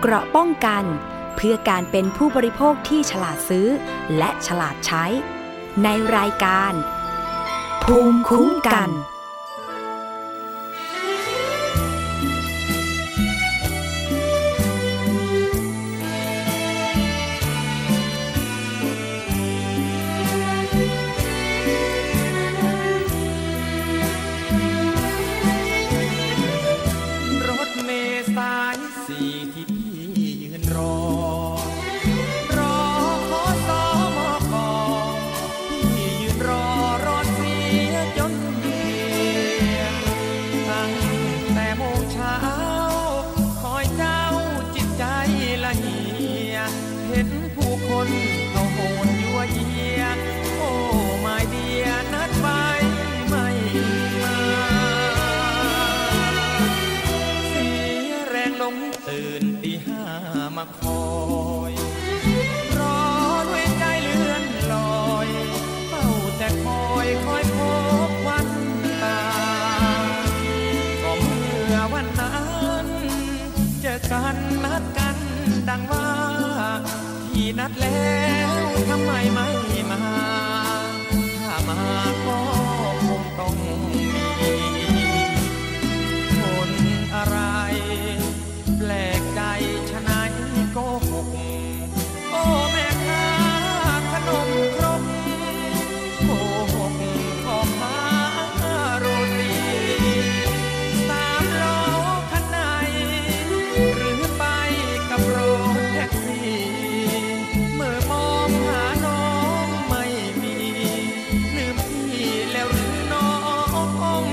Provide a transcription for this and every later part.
เกราะป้องกันเพื่อการเป็นผู้บริโภคที่ฉลาดซื้อและฉลาดใช้ในรายการภูมิคุ้มกันคอยรอด้วยใจเลื่อนลอยเฝ้าแต่คอยพบวันตาก็เมื่อวันนั้นเจอกันนัดกันดังว่าที่นัดแล้วทำไมไม่มาถ้ามาก็คงต้องมีคนอะไรแปลกใจชะนัยโกหกโอ้แม่ค้าขนมครกโกหกพ่อค้าโรตีสามล้อคันไหนหรือไปกับรถแท็กซี่เมื่อมองหาน้องไม่มีลืมพี่แล้วหรือน้อง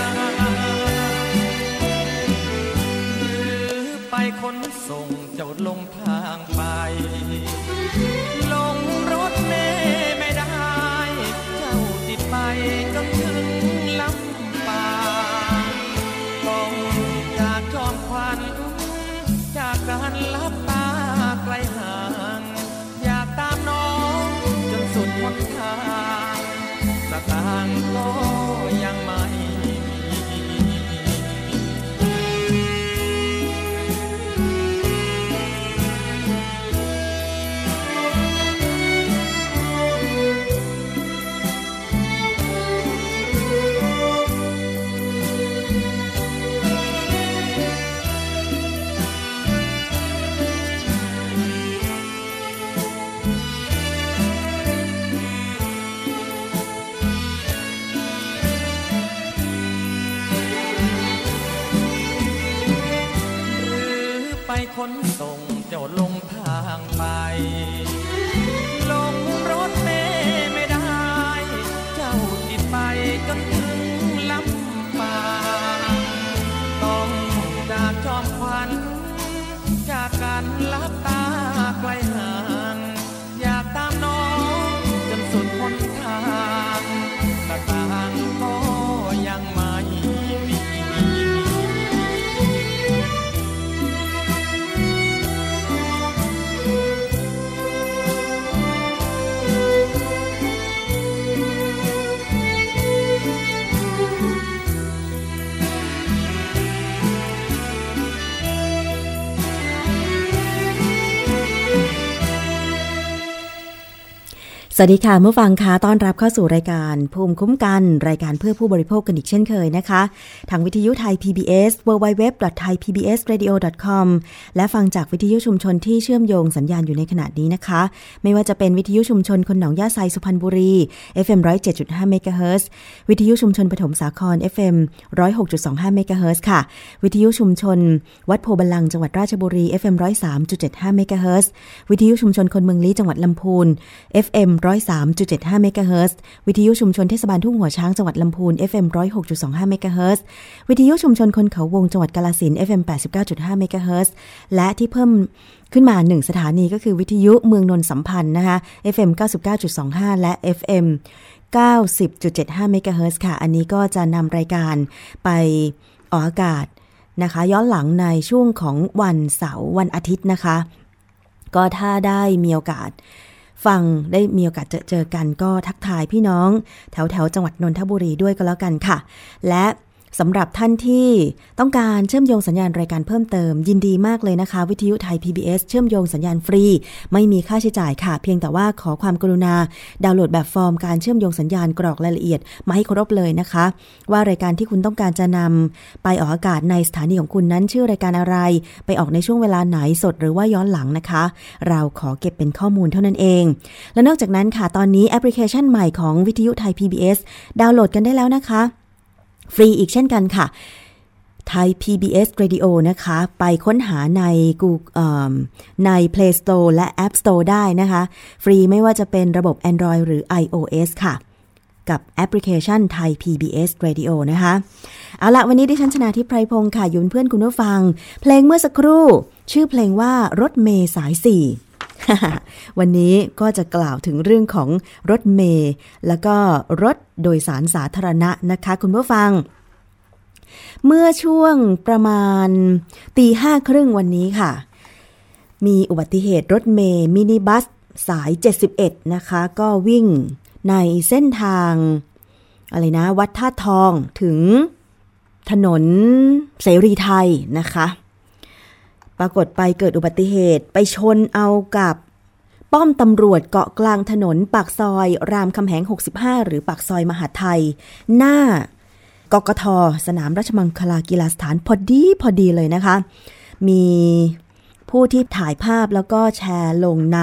หรือไปคนส่งเจ้าลงทางไปลงรถเมล์ไม่ได้เจ้าติดไปจนถึงลำปางต้องจากจอมขวัญจากการลับตาไกลห่างอยากตามน้องจนสุดหนทางสตางค์ก็ยังไม่คนส่งเจ้าลงทางไปลงรถเมล์ไม่ได้เจ้าติดไปจนถึงลำปางต้องจากจอมขวัญจากการลับตาไกลห่างอยากตามน้องจนสุดหนทางสตางค์ก็ยังไม่มีสวัสดีค่ะผู้ฟังคะต้อนรับเข้าสู่รายการภูมิคุ้มกันรายการเพื่อผู้บริโภคกันอีกเช่นเคยนะคะทางวิทยุไทย PBS www.thaipbsradio.com และฟังจากวิทยุชุมชนที่เชื่อมโยงสัญญาณอยู่ในขณะนี้นะคะไม่ว่าจะเป็นวิทยุชุมชนคนหนองย่าไซสุพรรณบุรี FM 107.5 เมกะเฮิรตซ์วิทยุชุมชนปฐมสาคร FM 106.25 เมกะเฮิรตซ์ค่ะวิทยุชุมชนวัดโพบัลลังก์จังหวัดราชบุรี FM 103.75 เมกะเฮิรตซ์วิทยุชุมชนคนเมืองลี้จังหวัดลำพูน FM 103.75 เมกะเฮิรตซ์วิทยุชุมชนเทศบาลทุ่งหัวช้างจังหวัดลำพูน FM 106.25 เมกะเฮิรตซ์วิทยุชุมชนคนเขาวงจังหวัดกาฬสินธุ์ FM 89.5 เมกะเฮิรตซ์และที่เพิ่มขึ้นมา1สถานีก็คือวิทยุเมืองนนท์สัมพันธ์นะคะ FM 99.25 และ FM 90.75 เมกะเฮิรตซ์ค่ะอันนี้ก็จะนำรายการไปออกอากาศนะคะย้อนหลังในช่วงของวันเสาร์วันอาทิตย์นะคะก็ถ้าได้มีโอกาสฟังได้มีโอกาสเจอกันก็ทักทายพี่น้องแถวจังหวัดนนทบุรีด้วยก็แล้วกันค่ะและสำหรับท่านที่ต้องการเชื่อมโยงสัญญาณรายการเพิ่มเติมยินดีมากเลยนะคะวิทยุไทย PBS เชื่อมโยงสัญญาณฟรีไม่มีค่าใช้จ่ายค่ะเพียงแต่ว่าขอความกรุณาดาวน์โหลดแบบฟอร์มการเชื่อมโยงสัญญาณกรอกรายละเอียดมาให้ครบเลยนะคะว่ารายการที่คุณต้องการจะนำไปออกอากาศในสถานีของคุณนั้นชื่อรายการอะไรไปออกในช่วงเวลาไหนสดหรือว่าย้อนหลังนะคะเราขอเก็บเป็นข้อมูลเท่านั้นเองและนอกจากนั้นค่ะตอนนี้แอปพลิเคชันใหม่ของวิทยุไทย PBS ดาวน์โหลดกันได้แล้วนะคะฟรีอีกเช่นกันค่ะไทย PBS Radio นะคะไปค้นหาใน Google ใน Play Store และ App Store ได้นะคะฟรีไม่ว่าจะเป็นระบบ Android หรือ iOS ค่ะกับแอปพลิเคชันไทย PBS Radio นะคะเอาละวันนี้ดิฉันชนาทิพย์ไพรพงศ์ค่ะอยู่เป็นเพื่อนคุณผู้ฟังเพลงเมื่อสักครู่ชื่อเพลงว่ารถเมล์สาย 4 วันนี้ก็จะกล่าวถึงเรื่องของรถเมล์แล้วก็รถโดยสารสาธารณะนะคะคุณผู้ฟังเมื่อช่วงประมาณ 5:30 วันนี้ค่ะมีอุบัติเหตุรถเมล์มินิบัสสาย71นะคะก็วิ่งในเส้นทางอะไรนะวัดธาตุทองถึงถนนเสรีไทยนะคะปรากฏไปเกิดอุบัติเหตุไปชนเอากับป้อมตำรวจเกาะกลางถนนปากซอยรามคำแหง65หรือปากซอยมหาไทยหน้ากกท.สนามราชมังคลากีฬาสถานพอดีเลยนะคะมีผู้ที่ถ่ายภาพแล้วก็แชร์ลงใน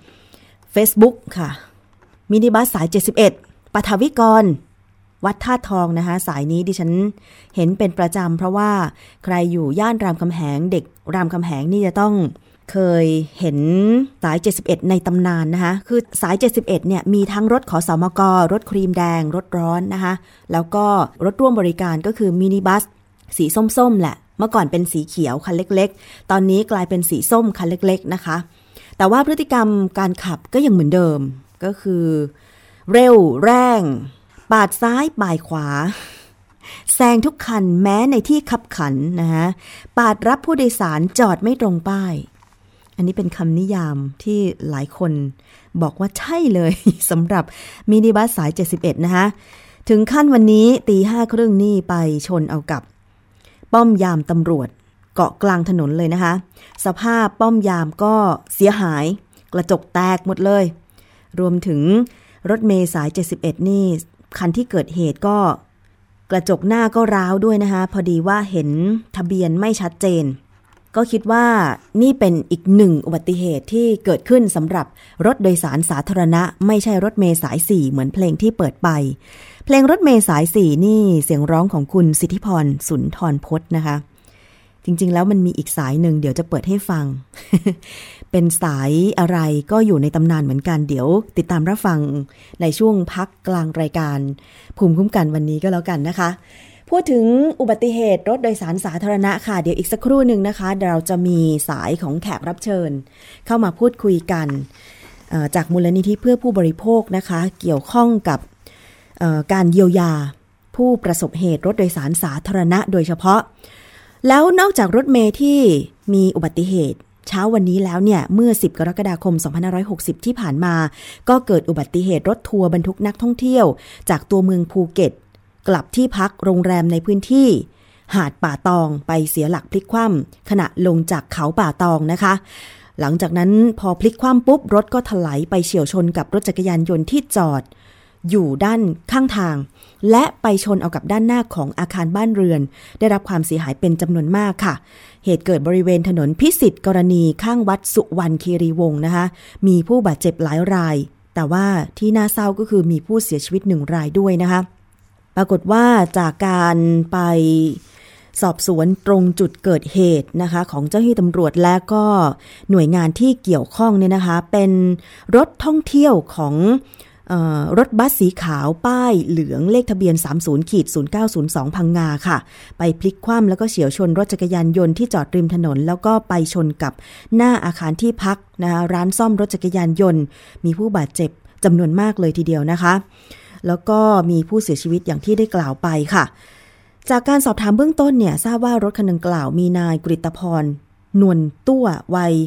Facebook ค่ะมินิบัสสาย71ปฐวิกรวัดธาตุทองนะคะสายนี้ดิฉันเห็นเป็นประจำเพราะว่าใครอยู่ย่านรามคำแหงเด็กรามคำแหงนี่จะต้องเคยเห็นสาย71ในตำนานนะคะคือสาย71เนี่ยมีทั้งรถขสมกรถครีมแดงรถร้อนนะคะแล้วก็รถร่วมบริการก็คือมินิบัสสีส้มๆแหละเมื่อก่อนเป็นสีเขียวคันเล็กๆตอนนี้กลายเป็นสีส้มคันเล็กๆนะคะแต่ว่าพฤติกรรมการขับก็ยังเหมือนเดิมก็คือเร็วแรงปาดซ้ายปาดขวาแซงทุกคันแม้ในที่คับขันนะคะปาดรับผู้โดยสารจอดไม่ตรงป้ายอันนี้เป็นคำนิยามที่หลายคนบอกว่าใช่เลยสำหรับมินิบัสสาย71นะคะถึงขั้นวันนี้ 5:30 นี่ไปชนเอากับป้อมยามตำรวจเกาะกลางถนนเลยนะคะสภาพป้อมยามก็เสียหายกระจกแตกหมดเลยรวมถึงรถเมล์สาย71นี่คันที่เกิดเหตุก็กระจกหน้าก็ร้าวด้วยนะคะพอดีว่าเห็นทะเบียนไม่ชัดเจนก็คิดว่านี่เป็นอีกหนึ่งอุบัติเหตุที่เกิดขึ้นสำหรับรถโดยสารสาธารณะไม่ใช่รถเมล์สาย4เหมือนเพลงที่เปิดไปเพลงรถเมล์สาย4นี่เสียงร้องของคุณสิทธิพรสุนทรพจน์นะคะจริงๆแล้วมันมีอีกสายหนึ่งเดี๋ยวจะเปิดให้ฟัง เป็นสายอะไรก็อยู่ในตำนานเหมือนกันเดี๋ยวติดตามรับฟังในช่วงพักกลางรายการภูมิคุ้มกันวันนี้ก็แล้วกันนะคะพูดถึงอุบัติเหตุรถโดยสารสาธารณะค่ะเดี๋ยวอีกสักครู่หนึ่งนะคะเราจะมีสายของแขกรับเชิญเข้ามาพูดคุยกันจากมูลนิธิเพื่อผู้บริโภคนะคะเกี่ยวข้องกับการเยียวยาผู้ประสบเหตุรถโดยสารสาธารณะโดยเฉพาะแล้วนอกจากรถเมล์ที่มีอุบัติเหตุเช้าวันนี้แล้วเนี่ยเมื่อ10กรกฎาคม2560ที่ผ่านมาก็เกิดอุบัติเหตุรถทัวร์บรรทุกนักท่องเที่ยวจากตัวเมืองภูเก็ตกลับที่พักโรงแรมในพื้นที่หาดป่าตองไปเสียหลักพลิกคว่ำขณะลงจากเขาป่าตองนะคะหลังจากนั้นพอพลิกคว่ำปุ๊บรถก็ถลายไปเฉี่ยวชนกับรถจักรยานยนต์ที่จอดอยู่ด้านข้างทางและไปชนเอากับด้านหน้าของอาคารบ้านเรือนได้รับความเสียหายเป็นจำนวนมากค่ะเหตุเกิดบริเวณถนนพิสิทธิ์กรณีข้างวัดสุวรรณคีรีวงศ์นะคะมีผู้บาดเจ็บหลายรายแต่ว่าที่น่าเศร้าก็คือมีผู้เสียชีวิต1รายด้วยนะคะปรากฏว่าจากการไปสอบสวนตรงจุดเกิดเหตุนะคะของเจ้าหน้าที่ตำรวจและก็หน่วยงานที่เกี่ยวข้องเนี่ยนะคะเป็นรถท่องเที่ยวของรถบัสสีขาวป้ายเหลืองเลขทะเบียน 30-0902 พังงาค่ะไปพลิกคว่ำแล้วก็เฉี่ยวชนรถจักรยานยนต์ที่จอดริมถนนแล้วก็ไปชนกับหน้าอาคารที่พักนะคะร้านซ่อมรถจักรยานยนต์มีผู้บาดเจ็บจำนวนมากเลยทีเดียวนะคะแล้วก็มีผู้เสียชีวิตอย่างที่ได้กล่าวไปค่ะจากการสอบถามเบื้องต้นเนี่ยทราบว่ารถคันดังกล่าวมีนายกฤตพรนวลตั้ววัย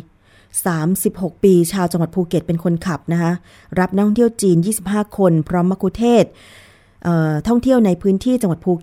36 ปีชาวจังหวัดภูเก็ตเป็นคนขับนะคะรับนักท่องเที่ยวจีน25คนพร้อมมัคคุเทศก์ท่องเที่ยวในพื้นที่จังหวัดภูเก็ต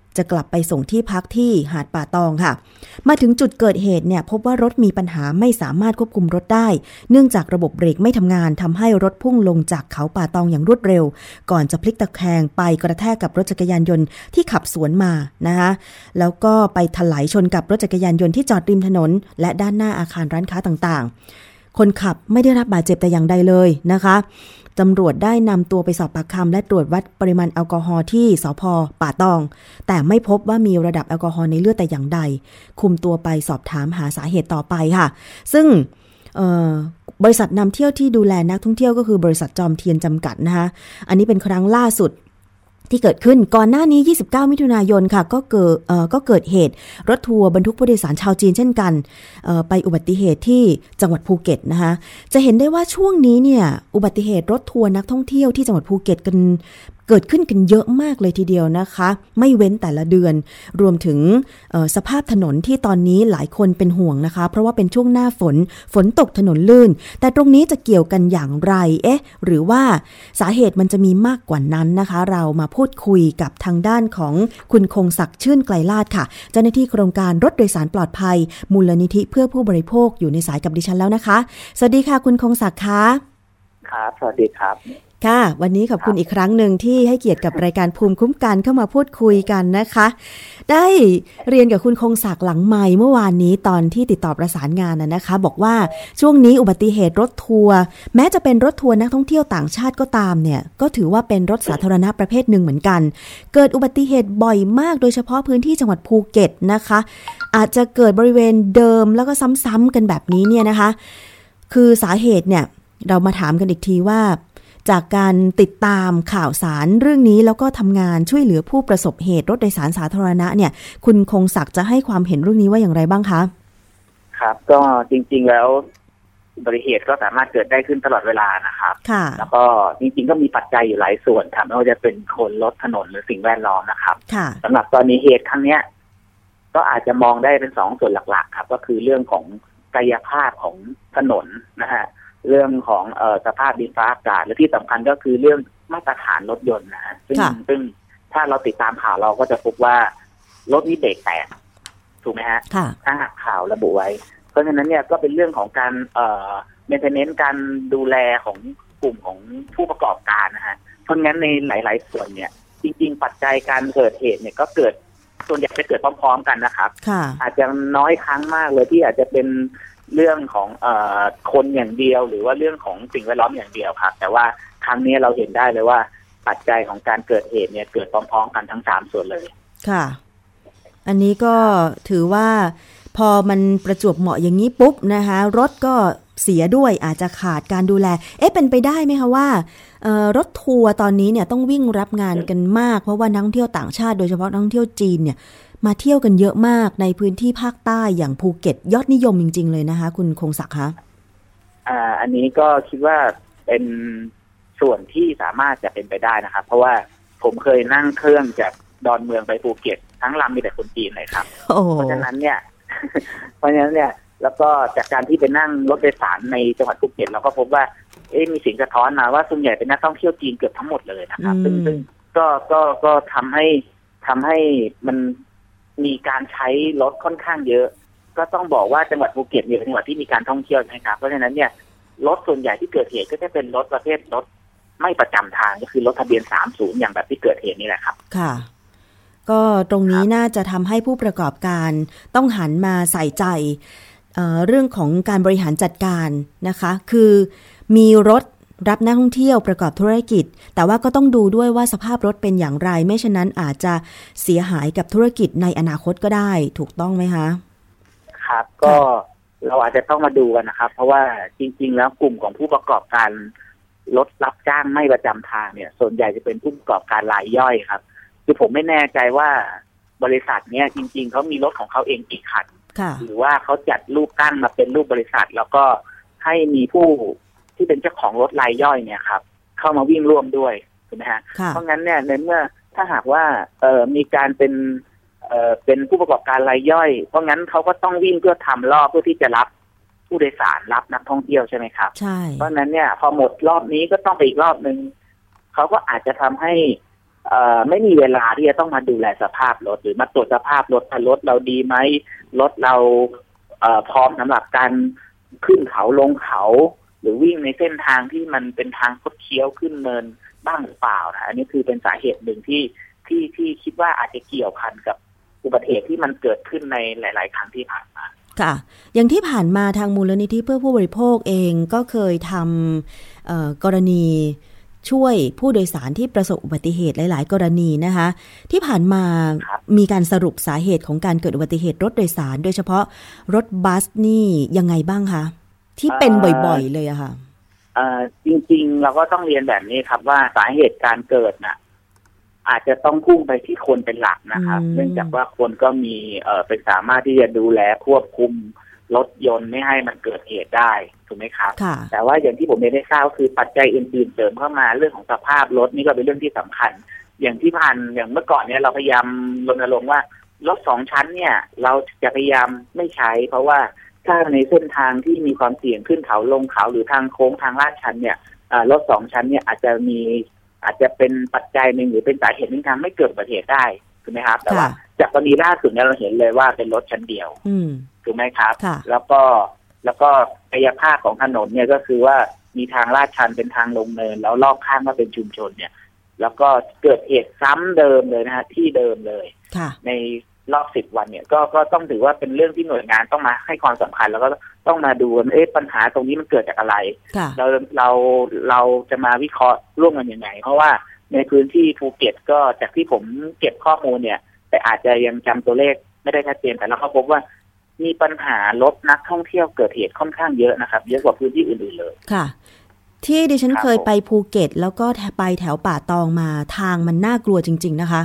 จะกลับไปส่งที่พักที่หาดป่าตองค่ะมาถึงจุดเกิดเหตุเนี่ยพบว่ารถมีปัญหาไม่สามารถควบคุมรถได้เนื่องจากระบบเบรกไม่ทำงานทำให้รถพุ่งลงจากเขาป่าตองอย่างรวดเร็วก่อนจะพลิกตะแคงไปกระแทกกับรถจักรยานยนต์ที่ขับสวนมานะคะแล้วก็ไปถลายชนกับรถจักรยานยนต์ที่จอดริมถนนและด้านหน้าอาคารร้านค้าต่างๆคนขับไม่ได้รับบาดเจ็บแต่อย่างใดเลยนะคะตำรวจได้นำตัวไปสอบปากคำและตรวจวัดปริมาณแอลกอฮอล์ที่สภ.ป่าตองแต่ไม่พบว่ามีระดับแอลกอฮอล์ในเลือดแต่อย่างใดคุมตัวไปสอบถามหาสาเหตุต่อไปค่ะซึ่งบริษัทนำเที่ยวที่ดูแลนักท่องเที่ยวก็คือบริษัทจอมเทียนจำกัดนะคะอันนี้เป็นครั้งล่าสุดที่เกิดขึ้นก่อนหน้านี้29มิถุนายนค่ะก็เกิดเหตุรถทัวร์บรรทุกผู้โดยสารชาวจีนเช่นกันไปอุบัติเหตุที่จังหวัดภูเก็ตนะคะจะเห็นได้ว่าช่วงนี้เนี่ยอุบัติเหตุรถทัวร์นักท่องเที่ยวที่จังหวัดภูเก็ตเกิดขึ้นกันเยอะมากเลยทีเดียวนะคะไม่เว้นแต่ละเดือนรวมถึงสภาพถนนที่ตอนนี้หลายคนเป็นห่วงนะคะเพราะว่าเป็นช่วงหน้าฝนตกถนนลื่นแต่ตรงนี้จะเกี่ยวกันอย่างไรหรือว่าสาเหตุมันจะมีมากกว่านั้นนะคะเรามาพูดคุยกับทางด้านของคุณคงศักดิ์ชื่นไกลลาภค่ะเจ้าหน้าที่โครงการรถโดยสารปลอดภัยมูลนิธิเพื่อผู้บริโภคอยู่ในสายกับดิฉันแล้วนะคะสวัสดีค่ะคุณคงศักดิ์ค่ะครับสวัสดีครับค่ะวันนี้ขอบคุณอีกครั้งหนึ่งที่ให้เกียรติกับรายการภูมิคุ้มกันเข้ามาพูดคุยกันนะคะได้เรียนกับคุณคงศักดิ์หลังไมค์เมื่อวานนี้ตอนที่ติดต่อประสานงานนะคะบอกว่าช่วงนี้อุบัติเหตุรถทัวร์แม้จะเป็นรถทัวร์นักท่องเที่ยวต่างชาติก็ตามเนี่ยก็ถือว่าเป็นรถสาธารณะประเภทหนึ่งเหมือนกันเกิดอุบัติเหตุบ่อยมากโดยเฉพาะพื้นที่จังหวัดภูเก็ตนะคะอาจจะเกิดบริเวณเดิมแล้วก็ซ้ำๆกันแบบนี้เนี่ยนะคะคือสาเหตุเนี่ยเรามาถามกันอีกทีว่าจากการติดตามข่าวสารเรื่องนี้แล้วก็ทำงานช่วยเหลือผู้ประสบเหตุรถโดยสารสาธารณะเนี่ยคุณคงศักดิ์จะให้ความเห็นเรื่องนี้ว่าอย่างไรบ้างคะครับก็จริงๆแล้วอุบัติเหตุก็สามารถเกิดได้ขึ้นตลอดเวลานะครับค่ะแล้วก็จริงๆก็มีปัจจัยอยู่หลายส่วนครับไม่ว่าจะเป็นคนรถถนนหรือสิ่งแวดล้อมนะครับค่ะสำหรับตอนนี้เหตุครั้งนี้ก็อาจจะมองได้เป็น2ส่วนหลักๆครับก็คือเรื่องของกายภาพของถนนนะฮะเรื่องของสภาพดินฟ้าอากาศและที่สำคัญก็คือเรื่องมาตรฐานรถยนต์นะฮะซึ่งถ้าเราติดตามข่าวเราก็จะพบว่ารถนี้เบรกแตกถูกไหมฮะถ้าหากข่าวระบุไว้เพราะฉะนั้นเนี่ยก็เป็นเรื่องของการmaintenance การดูแลของกลุ่มของผู้ประกอบการนะฮะเพราะงั้นในหลายๆส่วนเนี่ยจริงๆปัจจัยการเกิดเหตุเนี่ยก็เกิดส่วนใหญ่จะเกิดพร้อมๆกันนะครับอาจจะน้อยครั้งมากเลยที่อาจจะเป็นเรื่องของคนอย่างเดียวหรือว่าเรื่องของสิ่งแวดล้อมอย่างเดียวครับแต่ว่าครั้งนี้เราเห็นได้เลยว่าปัจจัยของการเกิดเหตุเนี่ยเกิดพร้อมๆกันทั้ง3ส่วนเลยค่ะอันนี้ก็ถือว่าพอมันประจวบเหมาะอย่างนี้ปุ๊บนะคะรถก็เสียด้วยอาจจะขาดการดูแลเป็นไปได้ไหมคะว่ารถทัวร์ตอนนี้เนี่ยต้องวิ่งรับงานกันมากเพราะว่านักท่องเที่ยวต่างชาติโดยเฉพาะนักท่องเที่ยวจีนเนี่ยมาเที่ยวกันเยอะมากในพื้นที่ภาคใต้อย่างภูเก็ตยอดนิยมจริงๆเลยนะคะคุณคงศักดิ์คะอันนี้ก็คิดว่าเป็นส่วนที่สามารถจะเป็นไปได้นะครับเพราะว่าผมเคยนั่งเครื่องจากดอนเมืองไปภูเก็ตทั้งลำมีแต่คนจีนเลยครับเพราะฉะนั้นเนี่ยแล้วก็จากการที่ไปนั่งรถโดยสารในจังหวัดภูเก็ตเราก็พบว่ามีสิ่งสะท้อนมาว่าส่วนใหญ่เป็นนักท่องเที่ยวจีนเกือบทั้งหมดเลยนะครับซึ่งก็ทำให้มันมีการใช้รถค่อนข้างเยอะก็ต้องบอกว่าจังหวัดภูเก็ตเป็นจังหวัดที่มีการท่องเที่ยวนะครับเพราะฉะนั้นเนี่ยรถส่วนใหญ่ที่เกิดเหตุก็จะเป็นรถประเภทรถไม่ประจำทางก็คือรถทะเบียน30อย่างแบบที่เกิดเหตุนี่แหละครับค่ะก็ตรงนี้น่าจะทำให้ผู้ประกอบการต้องหันมาใส่ใจเรื่องของการบริหารจัดการนะคะคือมีรถรับนักท่องเที่ยวประกอบธุรกิจแต่ว่าก็ต้องดูด้วยว่าสภาพรถเป็นอย่างไรไม่ฉะนั้นอาจจะเสียหายกับธุรกิจในอนาคตก็ได้ถูกต้องไหมคะครับก็เราอาจจะต้องมาดูกันนะครับเพราะว่าจริงๆแล้วกลุ่มของผู้ประกอบการรถรับจ้างไม่ประจำทางเนี่ยส่วนใหญ่จะเป็นผู้ประกอบการรายย่อยครับคือผมไม่แน่ใจว่าบริษัทเนี้ยจริงๆเขามีรถของเขาเองกี่คันหรือว่าเขาจัดรูปตั้งมาเป็นรูปบริษัทแล้วก็ให้มีผู้ที่เป็นเจ้าของรถรายย่อยเนี่ยครับเข้ามาวิ่งร่วมด้วยถูกไหมฮะเพราะงั้นเนี่ยในเมื่อถ้าหากว่ามีการเป็นผู้ประกอบการรายย่อยเพราะงั้นเขาก็ต้องวิ่งเพื่อทำรอบเพื่อที่จะรับผู้โดยสารรับนักท่องเที่ยวใช่ไหมครับใช่เพราะงั้นเนี่ยพอหมดรอบนี้ก็ต้องไปอีกรอบนึงเขาก็อาจจะทำให้ไม่มีเวลาที่จะต้องมาดูแลสภาพรถหรือมาตรวจสภาพรถรถเราดีไหมรถเราพร้อมสำหรับการขึ้นเขาลงเขาหรือวิ่งในเส้นทางที่มันเป็นทางคดเคี้ยวขึ้นเนินบ้างหรือเปล่านะอันนี้คือเป็นสาเหตุหนึ่งที่คิดว่าอาจจะเกี่ยวพันกับอุบัติเหตุที่มันเกิดขึ้นในหลายๆครั้งที่ผ่านมาค่ะอย่างที่ผ่านมาทางมูลนิธิเพื่อผู้บริโภคเองก็เคยทำกรณีช่วยผู้โดยสารที่ประสบอุบัติเหตุหลายๆกรณีนะคะที่ผ่านมามีการสรุปสาเหตุของการเกิดอุบัติเหตุรถโดยสารโดยเฉพาะรถบัสนี่ยังไงบ้างคะที่เป็นบ่อยๆเลยอะค่ะจริงๆเราก็ต้องเรียนแบบนี้ครับว่าสาเหตุการเกิดน่ะอาจจะต้องพุ่งไปที่คนเป็นหลักนะครับเนื่องจากว่าคนก็มีเป็นสามารถที่จะดูแลควบคุมรถยนต์ไม่ให้มันเกิดเหตุได้ถูกไหมครับแต่ว่าอย่างที่ผมได้ทราบคือปัจจัยอื่นๆเสริมเข้ามาเรื่องของสภาพรถนี่ก็เป็นเรื่องที่สำคัญอย่างเมื่อก่อนเนี่ยเราพยายามรณรงค์ว่ารถ2 ชั้นเนี่ยเราจะพยายามไม่ใช้เพราะว่าถ้าในเส้นทางที่มีความเสี่ยงขึ้นเขาลงเขาหรือทางโค้งทางลาดชันเนี่ยรถ2 ชั้นเนี่ยอาจจะเป็นปัจจัยหนึ่งหรือเป็นสาเหตุหนึ่งทำให้เกิดอุบัติเหตุได้ถูกไหมครับแต่ว่าจากกรณีล่าสุดเนี่ยเราเห็นเลยว่าเป็นรถชั้นเดียวถูกไหมครับแล้วก็กายภาพของถนนเนี่ยก็คือว่ามีทางลาดชันเป็นทางลงเนินแล้วรอบข้างก็เป็นชุมชนเนี่ยแล้วก็เกิดเหตุซ้ำเดิมเลยนะฮะที่เดิมเลยในรอบ10 วันเนี่ยก็ต้องถือว่าเป็นเรื่องที่หน่วยงานต้องมาให้ความสำคัญแล้วก็ต้องมาดูว่าปัญหาตรงนี้มันเกิดจากอะไรเราจะมาวิเคราะห์ร่วมกันยังไงเพราะว่าในพื้นที่ภูเก็ตก็จากที่ผมเก็บข้อมูลเนี่ยแต่อาจจะยังจำตัวเลขไม่ได้ชัดเจนแต่เราก็พบว่ามีปัญหารถนักท่องเที่ยวเกิดเหตุค่อนข้างเยอะนะครับเยอะกว่าพื้นที่อื่นๆเลยค่ะที่ดิฉันเคยไปภูเก็ตแล้วก็ไปแถวป่าตองมาทางมันน่ากลัวจริงๆนะคะ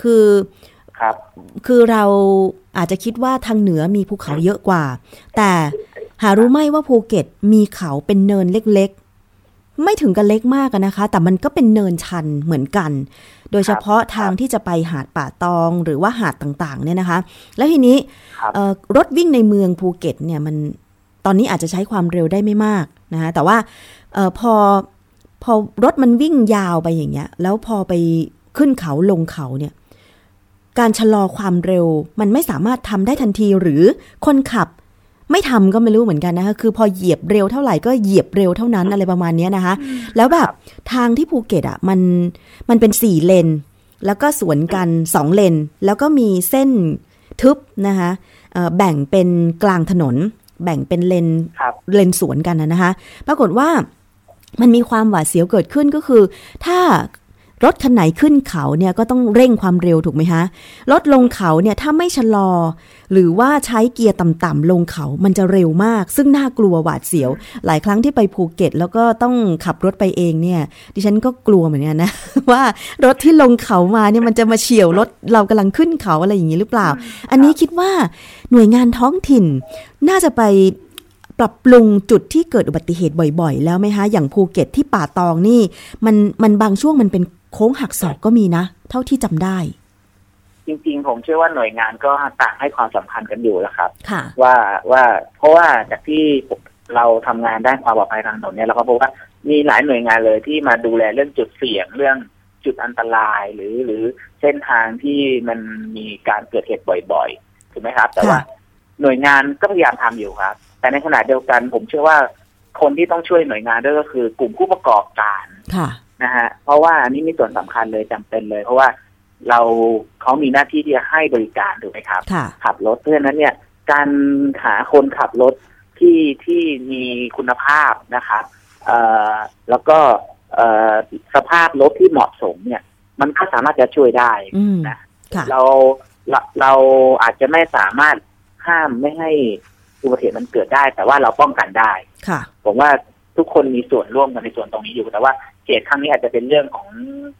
คือเราอาจจะคิดว่าทางเหนือมีภูเขาเยอะกว่าแต่หารู้ไหมว่าภูเก็ตมีเขาเป็นเนินเล็กๆไม่ถึงกับเล็กมากนะคะแต่มันก็เป็นเนินชันเหมือนกันโดยเฉพาะทางที่จะไปหาดป่าตองหรือว่าหาดต่างๆเนี่ยนะคะแล้วทีนี้รถวิ่งในเมืองภูเก็ตเนี่ยมันตอนนี้อาจจะใช้ความเร็วได้ไม่มากนะคะแต่ว่าพอรถมันวิ่งยาวไปอย่างเงี้ยแล้วพอไปขึ้นเขาลงเขาเนี่ยการชะลอความเร็วมันไม่สามารถทำได้ทันทีหรือคนขับไม่ทำก็ไม่รู้เหมือนกันนะคะคือพอเหยียบเร็วเท่าไหร่ก็เหยียบเร็วเท่านั้นอะไรประมาณนี้นะคะแล้วแบบทางที่ภูเก็ตอ่ะมันเป็น4 เลนแล้วก็สวนกัน2 เลนแล้วก็มีเส้นทึบนะคะแบ่งเป็นกลางถนนแบ่งเป็นเลนสวนกันนะคะปรากฏว่ามันมีความหวาดเสียวเกิดขึ้นก็คือถ้ารถคันไหนขึ้นเขาเนี่ยก็ต้องเร่งความเร็วถูกไหมคะรถลงเขาเนี่ยถ้าไม่ชะลอหรือว่าใช้เกียร์ต่ำๆลงเขามันจะเร็วมากซึ่งน่ากลัวหวาดเสียวหลายครั้งที่ไปภูเก็ตแล้วก็ต้องขับรถไปเองเนี่ยดิฉันก็กลัวเหมือนกันนะว่ารถที่ลงเขามาเนี่ยมันจะมาเฉี่ยวรถเรากำลังขึ้นเขาอะไรอย่างนี้หรือเปล่าอันนี้คิดว่าหน่วยงานท้องถิ่นน่าจะไปปรับปรุงจุดที่เกิดอุบัติเหตุบ่อยๆแล้วไหมคะอย่างภูเก็ตที่ป่าตองนี่มันบางช่วงมันเป็นโค้งหักศอกก็มีนะเท่าที่จำได้จริงๆผมเชื่อว่าหน่วยงานก็ต่างให้ความสำคัญกันอยู่แล้วครับว่าเพราะว่าจากที่เราทำงานด้านความปลอดภัยทางถนนเนี่ยเราก็พบว่ามีหลายหน่วยงานเลยที่มาดูแลเรื่องจุดเสี่ยงเรื่องจุดอันตรายหรือเส้นทางที่มันมีการเกิดเหตุบ่อยๆถูกไหมครับแต่ว่าหน่วยงานก็พยายามทำอยู่ครับแต่ในขณะเดียวกันผมเชื่อว่าคนที่ต้องช่วยหน่วยงานด้วยก็คือกลุ่มผู้ประกอบการนะฮะเพราะว่าอันนี้มีส่วนสำคัญเลยจำเป็นเลยเพราะว่าเขามีหน้าที่ที่จะให้บริการถูกไหมครับขับรถเพราะฉะนั้นเนี่ยการหาคนขับรถที่มีคุณภาพนะครับแล้วก็สภาพรถที่เหมาะสมเนี่ยมันก็สามารถจะช่วยได้นะเราอาจจะไม่สามารถห้ามไม่ให้อุบัติเหตุมันเกิดได้แต่ว่าเราป้องกันได้ผมว่าทุกคนมีส่วนร่วมกันในส่วนตรงนี้อยู่แต่ว่าเหตุครั้งนี้อาจจะเป็นเรื่องของ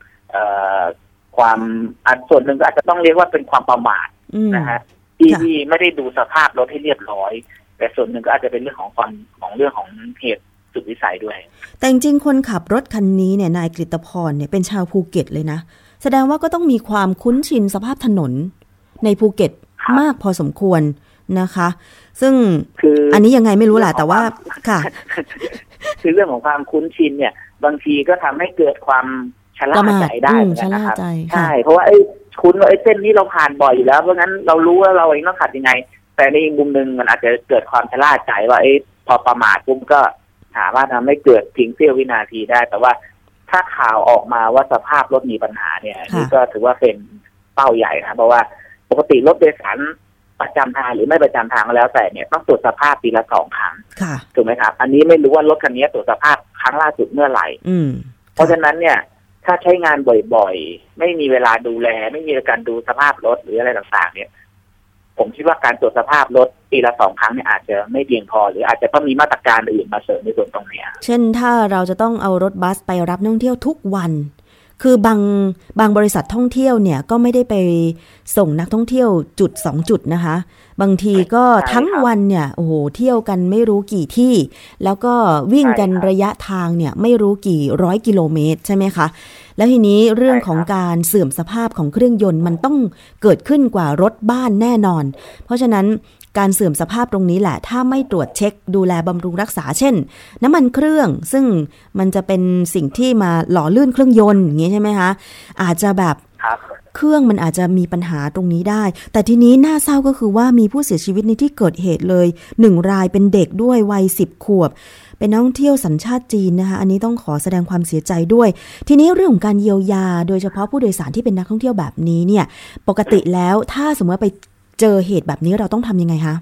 ความส่วนหนึ่งก็อาจจะต้องเรียกว่าเป็นความประมาทนะฮะที่ไม่ได้ดูสภาพรถให้เรียบร้อยแต่ส่วนหนึ่งก็อาจจะเป็นเรื่องของเรื่องของเหตุสุดวิสัยด้วยแต่จริงๆคนขับรถคันนี้เนี่ยนายกฤตพรเนี่ยเป็นชาวภูเก็ตเลยนะแสดงว่าก็ต้องมีความคุ้นชินสภาพถนนในภูเก็ตมากพอสมควรนะคะซึ่งอันนี้ยังไงไม่รู้แหละแต่ว่าค่ะคือเรื่องของความคุ้นชินเนี่ยบางทีก็ทำให้เกิดความชะล่าใจได้เหมือนกันนะครับใช่เพราะว่าคุณว่าเส้นนี้เราผ่านบ่อยอยู่แล้วเพราะงั้นเรารู้ว่าเราเองต้องขับยังไงแต่ในอีกมุมนึงมันอาจจะเกิดความชะล่าใจว่าพอประมาทปุ๊บก็สามารถทำให้เกิดเพียงเสี้ยววินาทีได้แต่ว่าถ้าข่าวออกมาว่าสภาพรถมีปัญหาเนี่ยนี่ก็ถือว่าเป็นเป้าใหญ่นะเพราะว่าปกติรถโดยสารประจำทางหรือไม่ประจำทางก็แล้วแต่เนี่ยต้องตรวจสภาพปีละ2 ครั้งถูกไหมครับอันนี้ไม่รู้ว่ารถคันนี้ตรวจสภาพครั้งล่าสุดเมื่อไหร่เพราะฉะนั้นเนี่ยถ้าใช้งานบ่อยๆไม่มีเวลาดูแลไม่มีการดูสภาพรถหรืออะไรต่างๆเนี่ยผมคิดว่าการตรวจสภาพรถปีละ2 ครั้งเนี่ยอาจจะไม่เพียงพอหรืออาจจะต้องมีมาตรการอื่นมาเสริมในส่วนตรงนี้เช่นถ้าเราจะต้องเอารถบัสไปรับนักท่องเที่ยวทุกวันคือบางบริษัทท่องเที่ยวเนี่ยก็ไม่ได้ไปส่งนักท่องเที่ยวจุด2 จุดนะคะบางทีก็ทั้งวันเนี่ยโอ้โหเที่ยวกันไม่รู้กี่ที่แล้วก็วิ่งกันระยะทางเนี่ยไม่รู้กี่ร้อยกิโลเมตรใช่ไหมคะแล้วทีนี้เรื่องของการเสื่อมสภาพของเครื่องยนต์มันต้องเกิดขึ้นกว่ารถบ้านแน่นอนเพราะฉะนั้นการเสื่อมสภาพตรงนี้แหละถ้าไม่ตรวจเช็คดูแลบำรุงรักษาเช่นน้ำมันเครื่องซึ่งมันจะเป็นสิ่งที่มาหล่อลื่นเครื่องยนต์อย่างนี้ใช่ไหมคะอาจจะแบบเครื่องมันอาจจะมีปัญหาตรงนี้ได้แต่ทีนี้น่าเศร้าก็คือว่ามีผู้เสียชีวิตในที่เกิดเหตุเลย1 รายเป็นเด็กด้วยวัย10 ขวบเป็นนักท่องเที่ยวสัญชาติจีนนะคะอันนี้ต้องขอแสดงความเสียใจด้วยทีนี้เรื่องของการเยียวยาโดยเฉพาะผู้โดยสารที่เป็นนักท่องเที่ยวแบบนี้เนี่ยปกติแล้วถ้าสมมติว่าไปเจอเหตุแบบนี้เราต้องทำยังไงคะ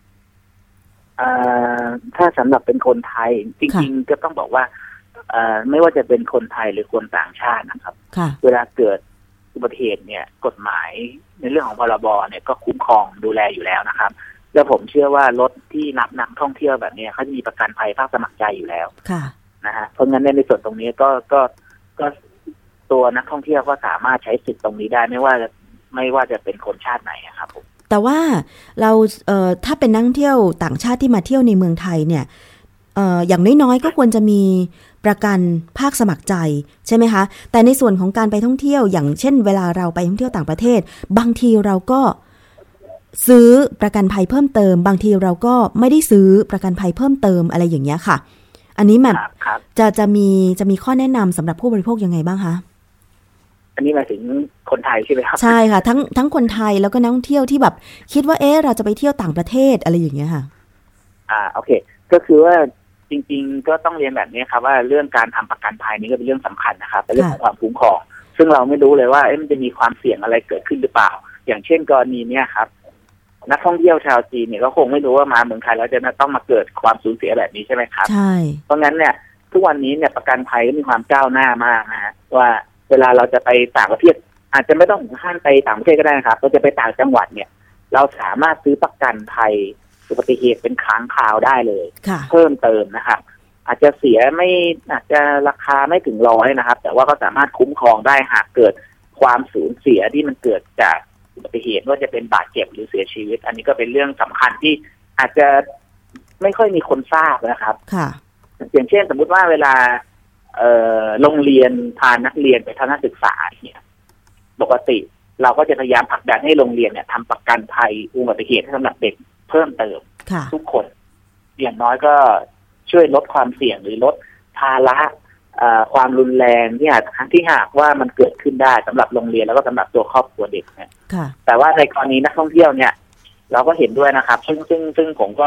ถ้าสำหรับเป็นคนไทยจริงๆก็ต้องบอกว่าไม่ว่าจะเป็นคนไทยหรือคนต่างชาตินะครับเวลาเกิดอุบัติเหตุเนี่ยกฎหมายในเรื่องของพรบเนี่ยก็คุ้มครองดูแลอยู่แล้วนะครับแล้วผมเชื่อว่ารถที่รับนักท่องเที่ยวแบบนี้เขาจะมีประกันภัยภาคสมัครใจอยู่แล้วนะฮะเพราะงั้นในส่วนตรงนี้ก็ตัวนักท่องเที่ยวก็สามารถใช้สิทธิ์ตรงนี้ได้ไม่ว่าจะเป็นคนชาติไหนครับผมแต่ว่าเราถ้าเป็นนักท่องเที่ยวต่างชาติที่มาเที่ยวในเมืองไทยเนี่ยอย่างน้อยๆก็ควรจะมีประกันภาคสมัครใจใช่ไหมคะแต่ในส่วนของการไปท่องเที่ยวอย่างเช่นเวลาเราไปท่องเที่ยวต่างประเทศบางทีเราก็ซื้อประกันภัยเพิ่มเติมบางทีเราก็ไม่ได้ซื้อประกันภัยเพิ่มเติมอะไรอย่างเงี้ยค่ะอันนี้แบบจะมีข้อแนะนำสำหรับผู้บริโภคยังไงบ้างคะอันนี้หมายถึงคนไทยใช่ไหมครับใช่ค่ะทั้งคนไทยแล้วก็นักท่องเที่ยวที่แบบคิดว่าเราจะไปเที่ยวต่างประเทศอะไรอย่างเงี้ยค่ะโอเคก็คือว่าจริงๆก็ต้องเรียนแบบนี้ครับว่าเรื่องการทำประกันภัยนี้ก็เป็นเรื่องสำคัญนะครับเป็นเรื่องของความคุ้มครองซึ่งเราไม่รู้เลยว่ามันจะมีความเสี่ยงอะไรเกิดขึ้นหรือเปล่าอย่างเช่นกรณีนี้ครับนักท่องเที่ยวชาวจีนเนี่ยก็คงไม่รู้ว่ามาเมืองไทยแล้วจะต้องมาเกิดความสูญเสียแบบนี้ใช่ไหมครับใช่เพราะงั้นเนี่ยทุกวันนี้เนี่ยประกันภัยก็มีความก้าวหน้ามากนะฮะว่าเวลาเราจะไปต่างประเทศอาจจะไม่ต้องถึงขั้นไปต่างประเทศก็ได้นะครับเราจะไปต่างจังหวัดเนี่ยเราสามารถซื้อประกันภัยอุบัติเหตุเป็นครั้งคราวได้เลยเพิ่มเติมนะครับอาจจะเสียไม่อาจจะราคาไม่ถึง100นะครับแต่ว่าก็สามารถคุ้มครองได้หากเกิดความสูญเสียที่มันเกิดจากอุบัติเหตุว่าจะเป็นบาดเจ็บหรือเสียชีวิตอันนี้ก็เป็นเรื่องสำคัญที่อาจจะไม่ค่อยมีคนทราบนะครับอย่างเช่นสมมุติว่าเวลาโรงเรียนพานักเรียนไปทัศนศึกษาเนี่ยปกติเราก็จะพยายามผลักดันให้โรงเรียนเนี่ยทำประกันภัยอุบัติเหตุสำหรับเด็กเพิ่มเติมทุกคนอย่างน้อยก็ช่วยลดความเสี่ยงหรือลดภาระความรุนแรงที่หากว่ามันเกิดขึ้นได้สำหรับโรงเรียนแล้วก็สำหรับตัวครอบครัวเด็กเนี่ยแต่ว่าในกรณีนักท่องเที่ยวเนี่ยเราก็เห็นด้วยนะครับซึ่งผม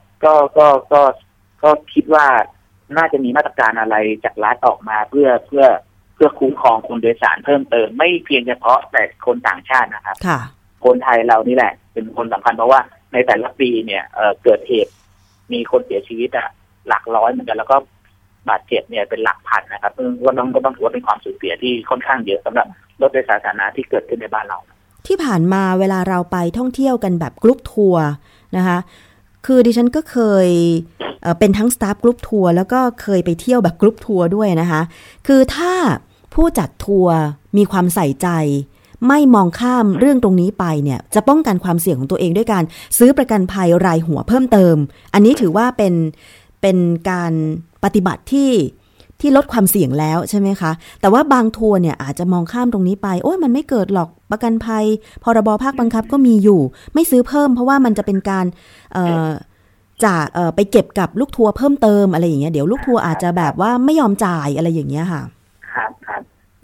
ก็คิดว่าน่าจะมีมาตรการอะไรจากรัฐออกมาเพื่อคุ้มครองคนโดยสารเพิ่มเติมไม่เพียงเฉพาะแต่คนต่างชาตินะครับคนไทยเรานี่แหละเป็นคนสำคัญเพราะว่าในแต่ละปีเนี่ยเกิดเหตุมีคนเสียชีวิตหลักร้อยเหมือนกันแล้วก็บาดเจ็บเนี่ยเป็นหลักพันนะครับก็ต้องถือว่าเป็นความสูญเสียที่ค่อนข้างเยอะสำหรับรถโดยสารสาธารณะที่เกิดขึ้นในบ้านเราที่ผ่านมาเวลาเราไปท่องเที่ยวกันแบบกรุ๊ปทัวร์นะคะคือดิฉันก็เคยเป็นทั้งสตาฟกรุ๊ปทัวร์แล้วก็เคยไปเที่ยวแบบกรุ๊ปทัวร์ด้วยนะคะคือถ้าผู้จัดทัวร์มีความใส่ใจไม่มองข้ามเรื่องตรงนี้ไปเนี่ยจะป้องกันความเสี่ยงของตัวเองด้วยการซื้อประกันภัยรายหัวเพิ่มเติมอันนี้ถือว่าเป็นการปฏิบัติที่ลดความเสี่ยงแล้วใช่ไหมคะแต่ว่าบางทัวร์เนี่ยอาจจะมองข้ามตรงนี้ไปโอ้ยมันไม่เกิดหรอกประกันภัยพรบภาคบังคับก็มีอยู่ไม่ซื้อเพิ่มเพราะว่ามันจะเป็นการจะไปเก็บกับลูกทัวร์เพิ่มเติมอะไรอย่างเงี้ยเดี๋ยวลูกทัวร์อาจจะแบบว่าไม่ยอมจ่ายอะไรอย่างเงี้ยค่ะครับ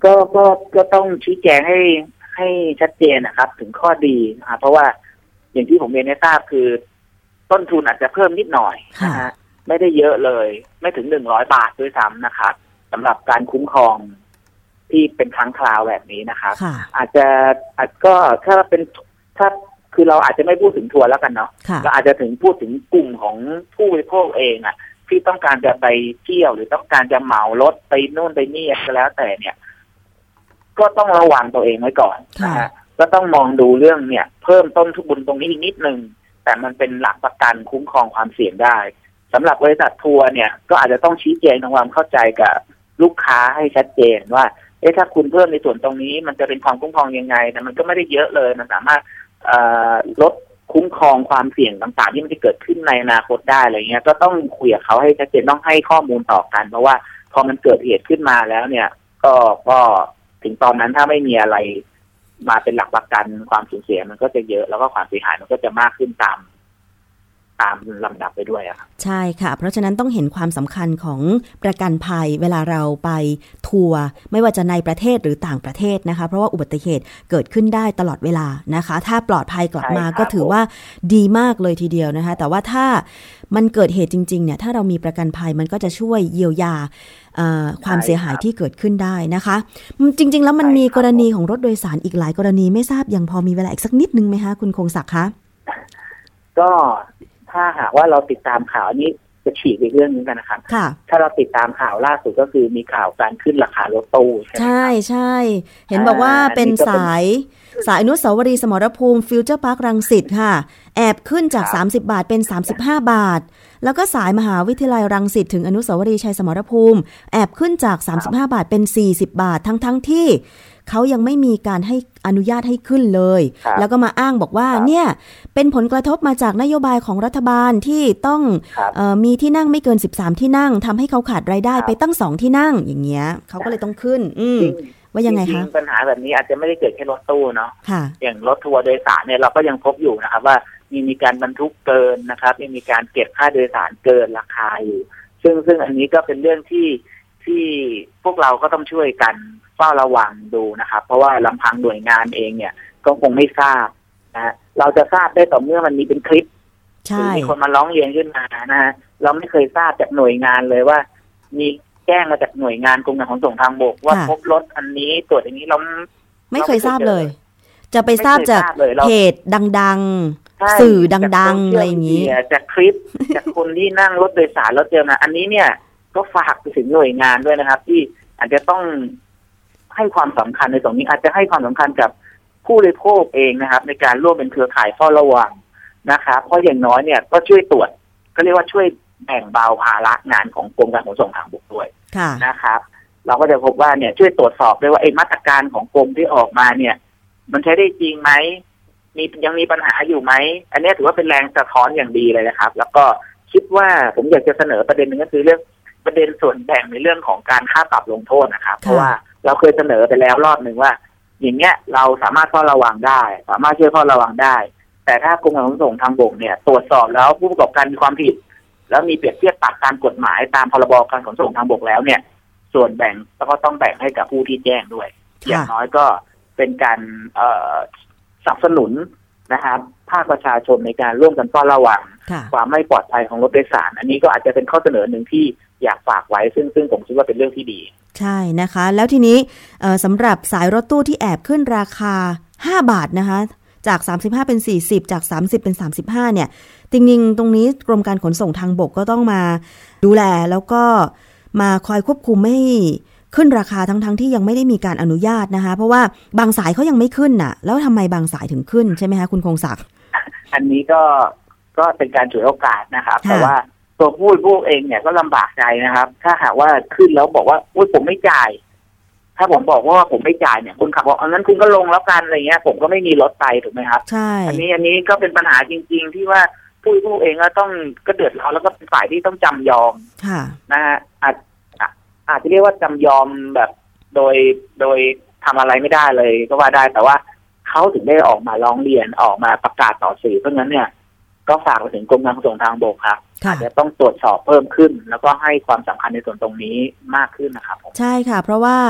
ก็ต้องชี้แจงให้ชัดเจนนะครับถึงข้อดีนะครับเพราะว่าอย่างที่ผมเรียนให้ทราบคือต้นทุนอาจจะเพิ่มนิดหน่อยนะฮะไม่ได้เยอะเลยไม่ถึง100 บาทด้วยซ้ำนะครับสำหรับการคุ้มครองที่เป็นครั้งคราวแบบนี้นะครับอาจก็ถ้าคือเราอาจจะไม่พูดถึงทัวร์แล้วกันเนาะเราอาจจะถึงพูดถึงกลุ่มของผู้บริโภคเองอ่ะที่ต้องการจะไปเที่ยวหรือต้องการจะเหมารถไปโน่นไปนี่ก็แล้วแต่เนี่ยก็ต้องระวังตัวเองไว้ก่อนนะฮะก็ต้องมองดูเรื่องเนี่ยเพิ่มต้นทุนตรงนี้อีกนิดนึงแต่มันเป็นหลักประกันคุ้มครองความเสี่ยงได้สำหรับบริษัททัวร์เนี่ยก็อาจจะต้องชี้แจงทำความเข้าใจกับลูกค้าให้ชัดเจนว่าถ้าคุณเพิ่มในส่วนตรงนี้มันจะเป็นความคุ้มครองยังไงแต่มันก็ไม่ได้เยอะเลยมันสามารถลดคุ้มครองความเสี่ยงต่างๆที่มันจะเกิดขึ้นในอนาคตได้อะไรเงี้ยก็ต้องคุยกับเขาให้ชัดเจนต้องให้ข้อมูลต่อกันเพราะว่าพอมันเกิดเหตุขึ้นมาแล้วเนี่ยก็ถึงตอนนั้นถ้าไม่มีอะไรมาเป็นหลักประกันความสูญเสียมันก็จะเยอะแล้วก็ความเสียหายมันก็จะมากขึ้นตามลำดับไปด้วยครับใช่ค่ะเพราะฉะนั้นต้องเห็นความสำคัญของประกันภัยเวลาเราไปทัวร์ไม่ว่าจะในประเทศหรือต่างประเทศนะคะเพราะว่าอุบัติเหตุเกิดขึ้นได้ตลอดเวลานะคะถ้าปลอดภัยกลับมาก็ถือว่าดีมากเลยทีเดียวนะคะแต่ว่าถ้ามันเกิดเหตุจริงๆเนี่ยถ้าเรามีประกันภัยมันก็จะช่วยเยียวยาความเสียหายที่เกิดขึ้นได้นะคะจริงๆแล้วมันมีกรณีของรถโดยสารอีกหลายกรณีไม่ทราบยังพอมีเวลาอีกสักนิดนึงไหมคะคุณคงศักดิ์คะก็ถ้าหากว่าเราติดตามข่าวนี้จะฉีกอีกเรื่องนึงกันนะครับถ้าเราติดตามข่าวล่าสุดก็คือมีข่าวการขึ้นราคารถตู้ใช่ใช่เห็นบอกว่าเป็นสายอนุสาวรีย์สมรภูมิฟิวเจอร์พาร์ครังสิตค่ะแอบขึ้นจาก30 บาทเป็น35 บาทแล้วก็สายมหาวิทยาลัยรังสิตถึงอนุสาวรีย์ชัยสมรภูมิแอบขึ้นจาก35 บาทเป็น40 บาททั้งที่เขายังไม่มีการให้อนุญาตให้ขึ้นเลยแล้วก็มาอ้างบอกว่าเนี่ยเป็นผลกระทบมาจากนโยบายของรัฐบาลที่ต้องมีที่นั่งไม่เกิน13ที่นั่งทำให้เขาขาดรายได้ไปตั้ง2ที่นั่งอย่างเงี้ยเขาก็เลยต้องขึ้นว่ายังไงคะปัญหาแบบนี้อาจจะไม่ได้เกิดแค่รถตู้เนาะอย่างรถทัวร์โดยสารเนี่ยเราก็ยังพบอยู่นะครับว่ามีการบรรทุกเกินนะครับมีการเก็บค่าโดยสารเกินราคาอยู่ซึ่งอันนี้ก็เป็นเรื่องที่พวกเราก็ต้องช่วยกันเฝ้าระวังดูนะครับเพราะว่าลำพังหน่วยงานเองเนี่ยก็คงไม่ทราบนะเราจะทราบได้ต่อเมื่อมันมีเป็นคลิปหรือมีคนมาร้องเรียนขึ้นมานะเราไม่เคยทราบจากหน่วยงานเลยว่ามีแจ้งมาจากหน่วยงานกรมการขนส่งทางบกว่าพบรถอันนี้ตรวจอย่างนี้เราไม่เคยทราบเลยจะไปทราบจากเพจดังๆสื่อดังๆอะไรอย่างนี้จากคลิปจากคนที่นั่งรถโดยสารรถเจอมาอันนี้เนี่ยก็ฝากไปถึงหน่วยงานด้วยนะครับที่อาจจะต้องให้ความสำคัญในตรงนี้อาจจะให้ความสำคัญกับผู้บริโภคเองนะครับในการร่วมเป็นเครือข่ายเฝ้าระวังนะครับเพราะอย่างน้อยเนี่ยก็ช่วยตรวจก็เรียกว่าช่วยแบ่งเบาภาระงานของกรมการขนส่งทางบกด้วยนะครับเราก็จะพบว่าเนี่ยช่วยตรวจสอบด้วยว่ามาตรการของกรมที่ออกมาเนี่ยมันใช้ได้จริงไหมยังมีปัญหาอยู่ไหมอันนี้ถือว่าเป็นแรงสะท้อนอย่างดีเลยนะครับแล้วก็คิดว่าผมอยากจะเสนอประเด็นนึงก็คือเรื่องประเด็นส่วนแบ่งในเรื่องของการค่าปรับลงโทษนะครับเพราะว่าเราเคยเสนอไปแล้วรอบหนึ่งว่าอย่างเงี้ยเราสามารถเฝ้าระวังได้สามารถช่วยเฝ้าระวังได้แต่ถ้ากรมการขนส่งทางบกเนี่ยตรวจสอบแล้วผู้ประกอบการมีความผิดแล้วมีเปรียบเทียบปรับตามกฎหมายตามพรบการขนส่งทางบกแล้วเนี่ยส่วนแบ่งก็ต้องแบ่งให้กับผู้ที่แจ้งด้วยอย่างน้อยก็เป็นการสนับสนุนนะครับภาคประชาชนในการร่วมกันเฝ้าระวังความไม่ปลอดภัยของรถโดยสารอันนี้ก็อาจจะเป็นข้อเสนอหนึ่งที่อยากฝากไว้ซึ่งผมคิดว่าเป็นเรื่องที่ดีใช่นะคะแล้วทีนี้สำหรับสายรถตู้ที่แอบขึ้นราคา5 บาทนะคะจาก35เป็น40จาก30เป็น35เนี่ยจริงๆตรงนี้กรมการขนส่งทางบกก็ต้องมาดูแลแล้วก็มาคอยควบคุมไม่ขึ้นราคาทั้งที่ยังไม่ได้มีการอนุญาตนะคะเพราะว่าบางสายเขายังไม่ขึ้นน่ะแล้วทำไมบางสายถึงขึ้นใช่ไหมคะคุณคงศักดิ์อันนี้ก็เป็นการฉวยโอกาสนะครับแต่ว่าตัวผู้บริโภคเองเนี่ยก็ลำบากใจนะครับถ้าหากว่าขึ้นแล้วบอกว่าอุ้ยผมไม่จ่ายถ้าผมบอกว่าผมไม่จ่ายเนี่ยคนขับบอกงั้นคุณก็ลงแล้วกันอะไรเงี้ยผมก็ไม่มีรถไปถูกไหมครับใช่อันนี้ก็เป็นปัญหาจริงๆที่ว่าผู้บริโภคเองก็เดือดร้อนแล้วก็เป็นฝ่ายที่ต้องจำยอมนะฮะอาจจะเรียกว่าจำยอมแบบโดยทำอะไรไม่ได้เลยก็ว่าได้แต่ว่าเขาถึงได้ออกมาร้องเรียนออกมาประกาศต่อสื่อเพราะงั้นเนี่ยก็ฝากไปถึงกรมการขนส่งทางบกครับอาจจะต้องตรวจสอบเพิ่มขึ้นแล้วก็ให้ความสำคัญในส่วนตรงนี้มากขึ้นนะครับใช่ค่ะเพราะว่า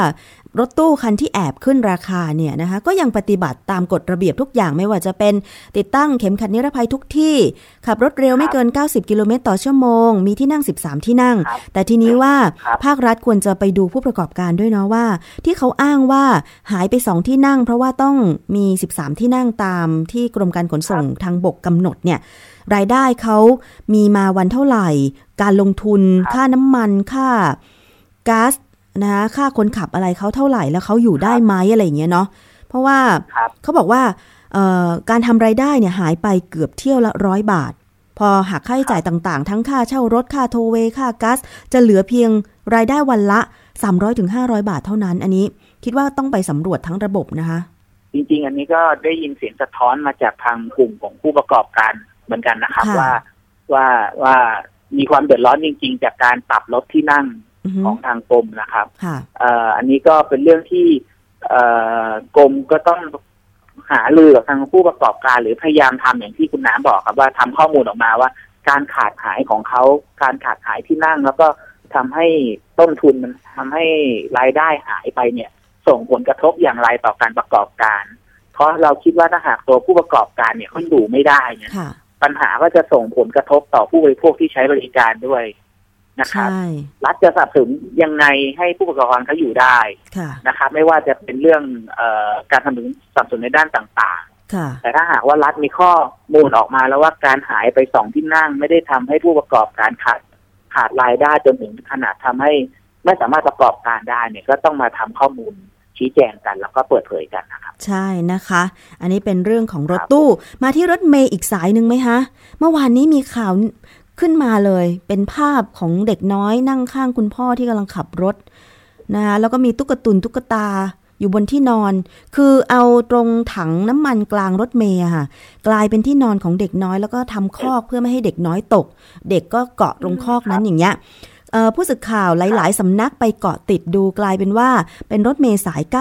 รถตู้คันที่แอบขึ้นราคาเนี่ยนะคะก็ยังปฏิบัติตามกฎระเบียบทุกอย่างไม่ว่าจะเป็นติดตั้งเข็มขัดนิรภัยทุกที่ขับรถเร็วไม่เกิน90กิโลเมตรต่อชั่วโมงมีที่นั่ง13ที่นั่งแต่ทีนี้ว่าภาครัฐควรจะไปดูผู้ประกอบการด้วยเนาะว่าที่เขาอ้างว่าหายไป2ที่นั่งเพราะว่าต้องมี13ที่นั่งตามที่กรมการขนส่งทางบกกำหนดเนี่ยรายได้เขามีมาวันเท่าไหร่การลงทุนค่าน้ำมันค่าก๊าซนะคะค่าคนขับอะไรเขาเท่าไหร่แล้วเขาอยู่ได้ไหมอะไรอย่างเงี้ยเนาะเพราะว่าเขาบอกว่าการทำรายได้เนี่ยหายไปเกือบเที่ยวละ100 บาทพอหักค่าใช้จ่ายต่างๆทั้งค่าเช่ารถค่าโทเวค่าก๊าซจะเหลือเพียงรายได้วันละ300-500 บาทเท่านั้นอันนี้คิดว่าต้องไปสำรวจทั้งระบบนะคะจริงๆอันนี้ก็ได้ยินเสียงสะท้อนมาจากทางกลุ่มของผู้ประกอบการเหมือนกันนะครับว่ามีความเดือดร้อนจริงๆจากการปรับลดที่นั่งของทางกรมนะครับอันนี้ก็เป็นเรื่องที่กรมก็ต้องหารือกับทางผู้ประกอบการหรือพยายามทำอย่างที่คุณน้ำบอกครับว่าทำข้อมูลออกมาว่าการขาดหายของเขาการขาดหายที่นั่งแล้วก็ทำให้ต้นทุนมันทำให้รายได้หายไปเนี่ยส่งผลกระทบอย่างไรต่อการประกอบการเพราะเราคิดว่าถ้าหากตัวผู้ประกอบการเนี่ยเขาอยู่ไม่ได้เนี่ยปัญหาก็จะส่งผลกระทบต่อผู้บริโภคที่ใช้บริการด้วยนะครับรัฐจะสนับสนุนยังไงให้ผู้ประกอบการเขาอยู่ได้นะครับไม่ว่าจะเป็นเรื่องการสนับสนุนในด้านต่างๆแต่ถ้าหากว่ารัฐมีข้อมูลออกมาแล้วว่าการหายไป2ที่นั่งไม่ได้ทำให้ผู้ประกอบการขาดรายได้จนถึงขนาดทำให้ไม่สามารถประกอบการได้เนี่ยก็ต้องมาทำข้อมูลชี้แจงกันแล้วก็เปิดเผยกันนะครับใช่นะคะอันนี้เป็นเรื่องของรถตู้มาที่รถเมล์อีกสายนึงไหมคะเมื่อวานนี้มีข่าวขึ้นมาเลยเป็นภาพของเด็กน้อยนั่งข้างคุณพ่อที่กำลังขับรถนะคะแล้วก็มีตุ๊กตาอยู่บนที่นอนคือเอาตรงถังน้ำมันกลางรถเมล์ค่ะกลายเป็นที่นอนของเด็กน้อยแล้วก็ทำคอกเพื่อไม่ให้เด็กน้อยตกเด็กก็เกาะตรงคอกนั้นอย่างเงี้ยผู้สื่อข่าวหลายๆสำนักไปเกาะติดดูกลายเป็นว่าเป็นรถเมล์สาย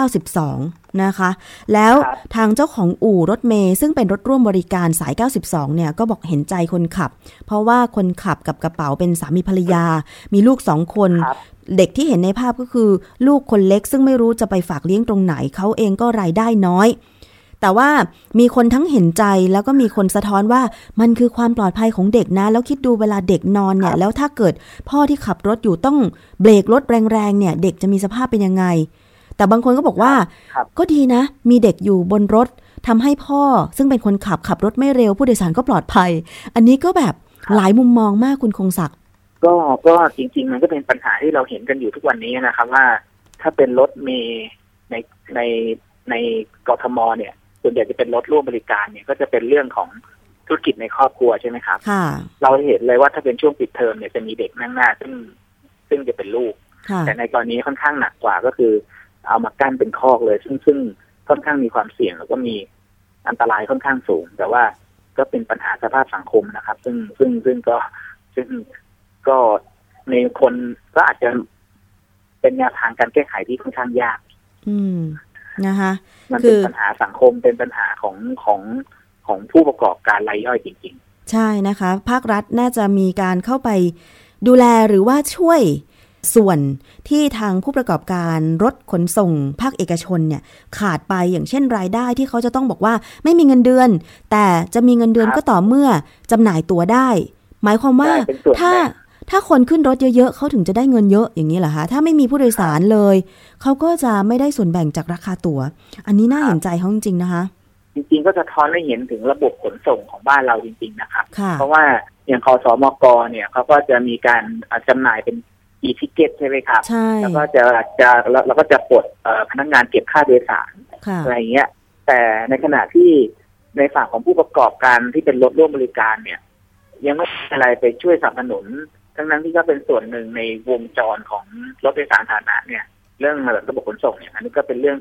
92นะคะแล้วทางเจ้าของอู่รถเมล์ซึ่งเป็นรถร่วมบริการสาย92เนี่ยก็บอกเห็นใจคนขับเพราะว่าคนขับกับกระเป๋าเป็นสามีภรรยามีลูก2คนเด็กที่เห็นในภาพก็คือลูกคนเล็กซึ่งไม่รู้จะไปฝากเลี้ยงตรงไหนเขาเองก็รายได้น้อยแต่ว่ามีคนทั้งเห็นใจแล้วก็มีคนสะท้อนว่ามันคือความปลอดภัยของเด็กนะแล้วคิดดูเวลาเด็กนอนเนี่ยแล้วถ้าเกิดพ่อที่ขับรถอยู่ต้องเบรกรถแรงๆเนี่ยเด็กจะมีสภาพเป็นยังไงแต่บางคนก็บอกว่าก็ดีนะมีเด็กอยู่บนรถทำให้พ่อซึ่งเป็นคนขับรถไม่เร็วผู้โดยสารก็ปลอดภัยอันนี้ก็แบบหลายมุมมองมากคุณคงศักดิ์ก็จริงๆมันก็เป็นปัญหาที่เราเห็นกันอยู่ทุกวันนี้นะครับว่าถ้าเป็นรถเมล์ในกทมเนี่ยส่วนใหญ่จะเป็นรถร่วมบริการเนี่ยก็จะเป็นเรื่องของธุรกิจในครอบครัวใช่ไหมครับเราเห็นเลยว่าถ้าเป็นช่วงปิดเทอมเนี่ยจะมีเด็กนั่งหน้าซึ่งจะเป็นลูกแต่ในกรณีค่อนข้างหนักกว่าก็คือเอามากั้นเป็นคอกเลยซึ่งค่อนข้างมีความเสี่ยงแล้วก็มีอันตรายค่อนข้างสูงแต่ว่าก็เป็นปัญหาสภาพสังคมนะครับซึ่งก็ในคนก็อาจจะเป็นแนวทางการแก้ไขที่ค่อนข้างยากนะคะมันเป็นปัญหาสังคมเป็นปัญหาของผู้ประกอบการรายย่อยจริงๆใช่นะคะภาครัฐน่าจะมีการเข้าไปดูแลหรือว่าช่วยส่วนที่ทางผู้ประกอบการรถขนส่งภาคเอกชนเนี่ยขาดไปอย่างเช่นรายได้ที่เขาจะต้องบอกว่าไม่มีเงินเดือนแต่จะมีเงินเดือนก็ต่อเมื่อจำหน่ายตั๋วได้หมายความว่าถ้าคนขึ้นรถเยอะๆเขาถึงจะได้เงินเยอะอย่างนี้เหรอคะถ้าไม่มีผู้โดยสารเลยเขาก็จะไม่ได้ส่วนแบ่งจากราคาตั๋วอันนี้น่าเห็นใจเขาจริงๆนะคะจริงๆก็จะท้อนให้เห็นถึงระบบขนส่งของบ้านเราจริงๆนะครับเพราะว่าอย่างคสมก.เนี่ยเขาก็จะมีการจำหน่ายเป็นe-ticket ใช่ไหมครับแล้วก็เราก็จะปลดพนักงานเก็บค่าโดยสารอะไรเงี้ยแต่ในขณะที่ในฝั่งของผู้ประกอบการที่เป็นรถร่วมบริการเนี่ยยังไม่มีอะไรไปช่วยสนับสนุนทั้งนั้นที่ก็เป็นส่วนหนึ่งในวงจรของรถโดยสารสาธารณะเนี่ยเรื่องระบบขนส่งเนี่ยอันนี้ก็เป็นเรื่อง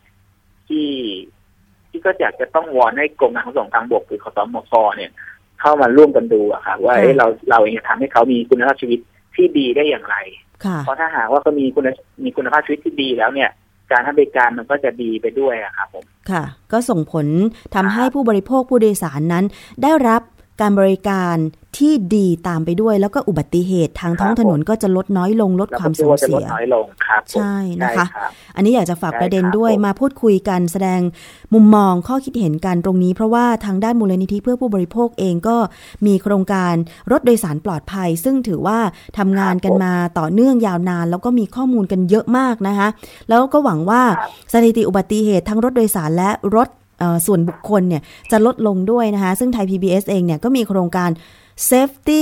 ที่ก็อยากจะต้องวอนให้กรมการขนส่งทางบกหรือคสมก.เนี่ยเข้ามาร่วมกันดูอะค่ะว่าเราเองจะทำให้เขามีคุณภาพชีวิตที่ดีได้อย่างไรเพราะถ้าหากว่าเขามีคุณภาพชีวิตที่ดีแล้วเนี่ยการให้บริการมันก็จะดีไปด้วยอะครับผมค่ะก็ส่งผลทำให้ผู้บริโภคผู้โดยสารนั้นได้รับการบริการที่ดีตามไปด้วยแล้วก็อุบัติเหตุทางท้องถนนก็จะลดน้อยลงลดความสูญเสียใช่นะคะอันนี้อยากจะฝากประเด็นด้วยมาพูดคุยกันแสดงมุมมองข้อคิดเห็นกันตรงนี้เพราะว่าทางด้านมูลนิธิเพื่อผู้บริโภคเองก็มีโครงการรถโดยสารปลอดภัยซึ่งถือว่าทำงานกันมาต่อเนื่องยาวนานแล้วก็มีข้อมูลกันเยอะมากนะคะแล้วก็หวังว่าสถิติอุบัติเหตุทั้งรถโดยสารและรถส่วนบุคคลเนี่ยจะลดลงด้วยนะคะซึ่งไทย PBS เองเนี่ยก็มีโครงการ Safety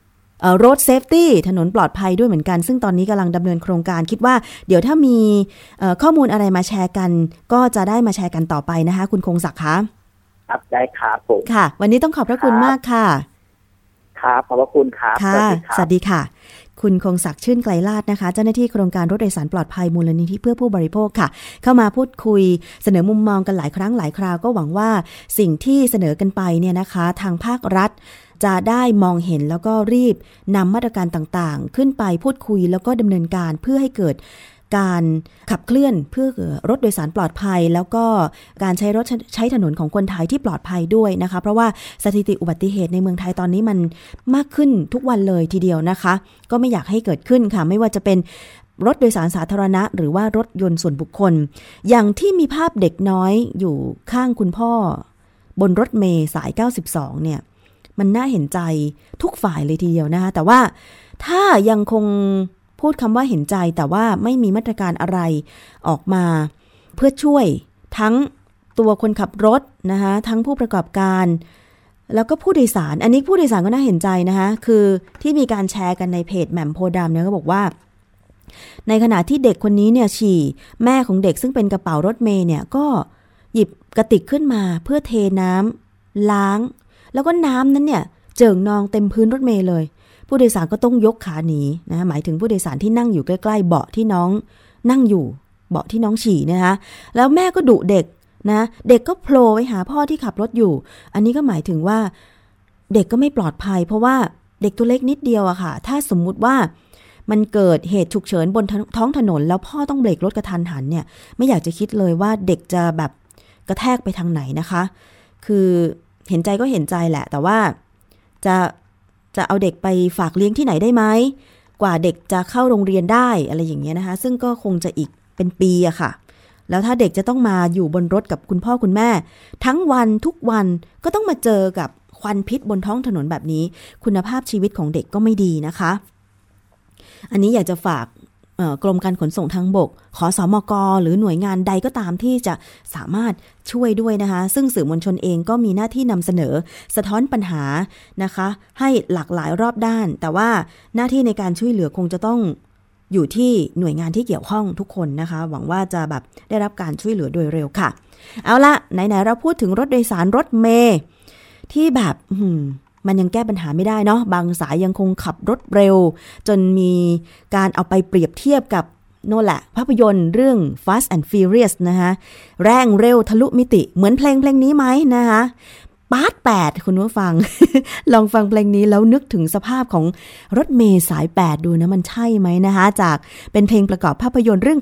Road Safety ถนนปลอดภัยด้วยเหมือนกันซึ่งตอนนี้กำลังดำเนินโครงการคิดว่าเดี๋ยวถ้ามีข้อมูลอะไรมาแชร์กันก็จะได้มาแชร์กันต่อไปนะคะคุณคงศักดิ์คะครับได้ครับผมค่ะวันนี้ต้องขอบพระคุณมากค่ะครับขอบพระคุณครับค่ะสวัสดีค่ะคุณคงศักดิ์ชื่นไกลลาภนะคะเจ้าหน้าที่โครงการรถโดยสารปลอดภัยมูลนิธิเพื่อผู้บริโภคค่ะเข้ามาพูดคุยเสนอมุมมองกันหลายครั้งหลายคราวก็หวังว่าสิ่งที่เสนอกันไปเนี่ยนะคะทางภาครัฐจะได้มองเห็นแล้วก็รีบนำมาตรการต่างๆขึ้นไปพูดคุยแล้วก็ดำเนินการเพื่อให้เกิดการขับเคลื่อนเพื่อรถโดยสารปลอดภัยแล้วก็การใช้รถใช้ถนนของคนไทยที่ปลอดภัยด้วยนะคะเพราะว่าสถิติอุบัติเหตุในเมืองไทยตอนนี้มันมากขึ้นทุกวันเลยทีเดียวนะคะก็ไม่อยากให้เกิดขึ้นค่ะไม่ว่าจะเป็นรถโดยสารสาธารณะหรือว่ารถยนต์ส่วนบุคคลอย่างที่มีภาพเด็กน้อยอยู่ข้างคุณพ่อบนรถเมล์สาย92เนี่ยมันน่าเห็นใจทุกฝ่ายเลยทีเดียวนะคะแต่ว่าถ้ายังคงพูดคำว่าเห็นใจแต่ว่าไม่มีมาตรการอะไรออกมาเพื่อช่วยทั้งตัวคนขับรถนะคะทั้งผู้ประกอบการแล้วก็ผู้โดยสารอันนี้ผู้โดยสารก็น่าเห็นใจนะคะคือที่มีการแชร์กันในเพจแหม่มโพธิ์ดำเนี่ยก็บอกว่าในขณะที่เด็กคนนี้เนี่ยฉี่แม่ของเด็กซึ่งเป็นกระเป๋ารถเมล์เนี่ยก็หยิบกระติกขึ้นมาเพื่อเทน้ำล้างแล้วก็น้ำนั้นเนี่ยเจิ่งนองเต็มพื้นรถเมล์เลยผู้โดยสารก็ต้องยกขาหนีนะหมายถึงผู้โดยสารที่นั่งอยู่ใกล้ๆเบาะที่น้องนั่งอยู่เบาะที่น้องฉี่นะคะแล้วแม่ก็ดุเด็กนะเด็กก็โผล่ไปหาพ่อที่ขับรถอยู่อันนี้ก็หมายถึงว่าเด็กก็ไม่ปลอดภัยเพราะว่าเด็กตัวเล็กนิดเดียวอะค่ะถ้าสมมุติว่ามันเกิดเหตุฉุกเฉินบนท้องถนนแล้วพ่อต้องเบรกรถกระทันหันเนี่ยไม่อยากจะคิดเลยว่าเด็กจะแบบกระแทกไปทางไหนนะคะคือเห็นใจก็เห็นใจแหละแต่ว่าจะเอาเด็กไปฝากเลี้ยงที่ไหนได้ไหมกว่าเด็กจะเข้าโรงเรียนได้อะไรอย่างเงี้ยนะคะซึ่งก็คงจะอีกเป็นปีอะค่ะแล้วถ้าเด็กจะต้องมาอยู่บนรถกับคุณพ่อคุณแม่ทั้งวันทุกวันก็ต้องมาเจอกับควันพิษบนท้องถนนแบบนี้คุณภาพชีวิตของเด็กก็ไม่ดีนะคะอันนี้อยากจะฝากกรมการขนส่งทางบกขสมก.หรือหน่วยงานใดก็ตามที่จะสามารถช่วยด้วยนะคะซึ่งสื่อมวลชนเองก็มีหน้าที่นำเสนอสะท้อนปัญหานะคะให้หลากหลายรอบด้านแต่ว่าหน้าที่ในการช่วยเหลือคงจะต้องอยู่ที่หน่วยงานที่เกี่ยวข้องทุกคนนะคะหวังว่าจะแบบได้รับการช่วยเหลือโดยเร็วค่ะเอาละไหนๆเราพูดถึงรถโดยสารรถเมล์ที่แบบมันยังแก้ปัญหาไม่ได้เนาะบางสายยังคงขับรถเร็วจนมีการเอาไปเปรียบเทียบกับโน่นแหละภาพยนตร์เรื่อง Fast and Furious นะคะแรงเร็วทะลุมิติเหมือนเพลงนี้ไหมนะคะปาร์ต8คุณผู้ฟัง ลองฟังเพลงนี้แล้วนึกถึงสภาพของรถเมล์สาย8ดูนะมันใช่ไหมนะคะจากเป็นเพลงประกอบภาพยนตร์เรื่อง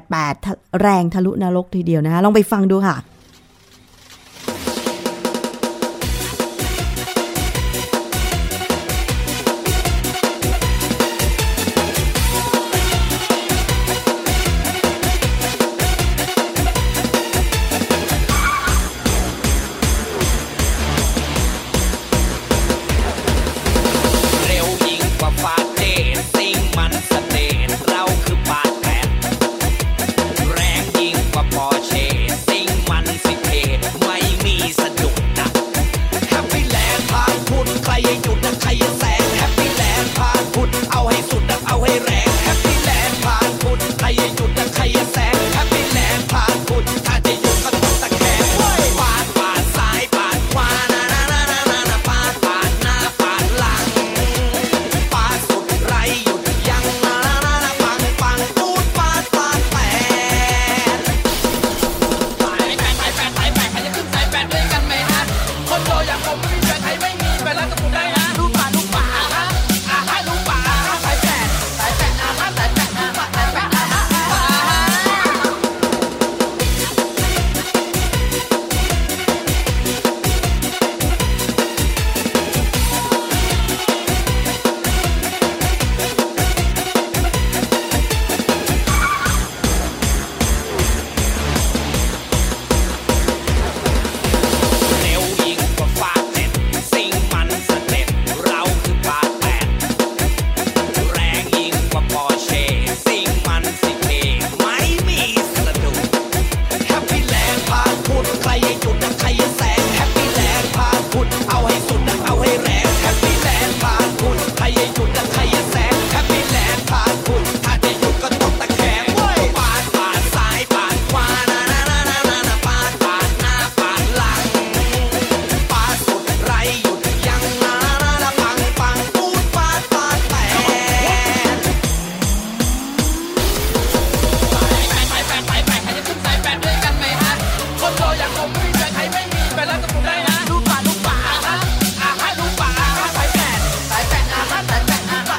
888แรงทะลุนรกทีเดียวนะคะลองไปฟังดูค่ะแรงยิ่งกว่าปอร์เช่ซิ่งมันฉุดจะใครจะแซงแฮปปี้แลนด์ผ่านคุณถ้าจะหยุดก็ต้องตะแคงปาดซ้ายปาดขวานะปาดหน้าปาดหลังปาดสุดไรหยุดยังนะปังปูดปาดแตกไปใครจะขึ้นสายแปดด้วยกันไหมฮะคนโตอย่างผมไม่มีใครไม่มีไปแล้วจะผมได้นะลูกป่าลูกป่าให้ลูกป่าสายแปดสายแปดสายแปด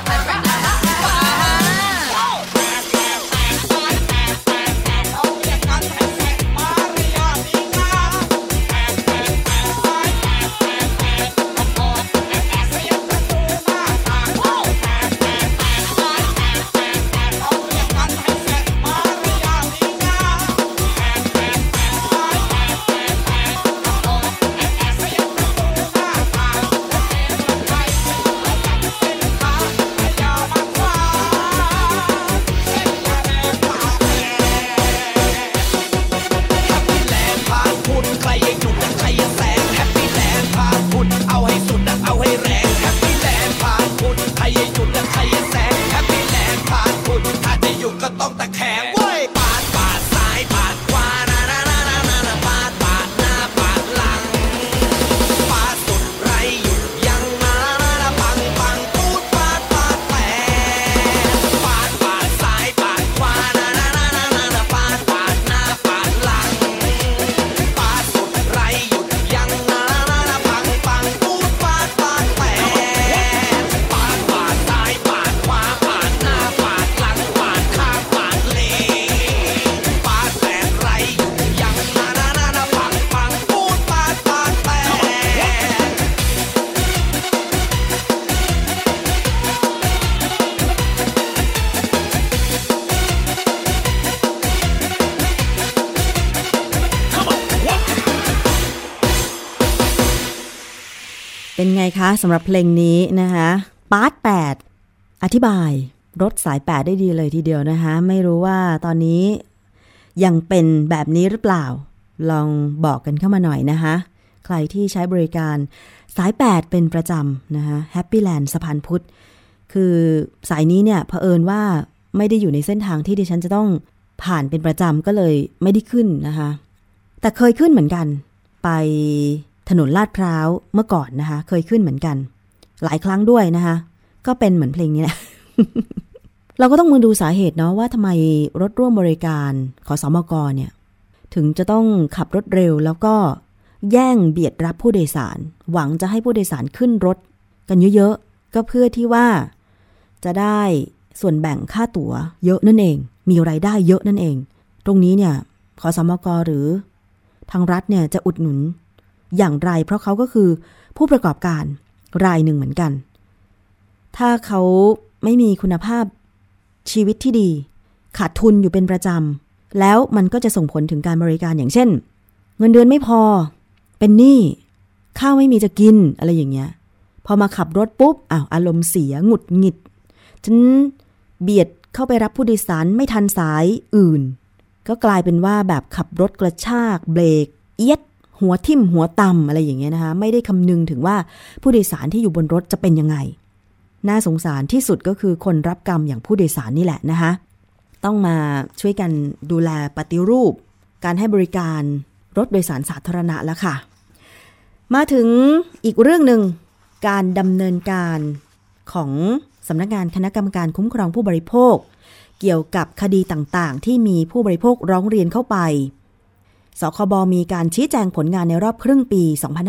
เป็นไงคะสำหรับเพลงนี้นะคะปาร์ต8อธิบายรถสาย8ได้ดีเลยทีเดียวนะคะไม่รู้ว่าตอนนี้ยังเป็นแบบนี้หรือเปล่าลองบอกกันเข้ามาหน่อยนะคะใครที่ใช้บริการสาย8เป็นประจำนะคะแฮปปี้แลนด์สะพานพุทธคือสายนี้เนี่ยเผอิญว่าไม่ได้อยู่ในเส้นทางที่ดิฉันจะต้องผ่านเป็นประจำก็เลยไม่ได้ขึ้นนะคะแต่เคยขึ้นเหมือนกันไปถนนลาดพร้าวเมื่อก่อนนะคะเคยขึ้นเหมือนกันหลายครั้งด้วยนะคะก็เป็นเหมือนเพลงนี้แหละ เราก็ต้องมาดูสาเหตุเนาะว่าทำไมรถร่วมบริการขสมกเนี่ยถึงจะต้องขับรถเร็วแล้วก็แย่งเบียดรับผู้โดยสารหวังจะให้ผู้โดยสารขึ้นรถกันเยอะๆก็เพื่อที่ว่าจะได้ส่วนแบ่งค่าตั๋วเยอะนั่นเองมีรายได้เยอะนั่นเองตรงนี้เนี่ยขสมกหรือทางรัฐเนี่ยจะอุดหนุนอย่างไรเพราะเขาก็คือผู้ประกอบการรายหนึ่งเหมือนกันถ้าเขาไม่มีคุณภาพชีวิตที่ดีขาดทุนอยู่เป็นประจำแล้วมันก็จะส่งผลถึงการบริการอย่างเช่นเงินเดือนไม่พอเป็นหนี้ข้าวไม่มีจะกินอะไรอย่างเงี้ยพอมาขับรถปุ๊บอารมณ์เสียหงุดหงิดจนเบียดเข้าไปรับผู้โดยสารไม่ทันสายอื่นก็กลายเป็นว่าแบบขับรถกระชากเบรกเอียดหัวทิ่มหัวต่ำอะไรอย่างเงี้ยนะคะไม่ได้คำนึงถึงว่าผู้โดยสารที่อยู่บนรถจะเป็นยังไงน่าสงสารที่สุดก็คือคนรับกรรมอย่างผู้โดยสารนี่แหละนะคะต้องมาช่วยกันดูแลปฏิรูปการให้บริการรถโดยสารสาธารณะแล้วค่ะมาถึงอีกเรื่องนึงการดำเนินการของสำนักงานคณะกรรมการคุ้มครองผู้บริโภคเกี่ยวกับคดีต่างๆที่มีผู้บริโภคร้องเรียนเข้าไปสคบมีการชี้แจงผลงานในรอบครึ่งปี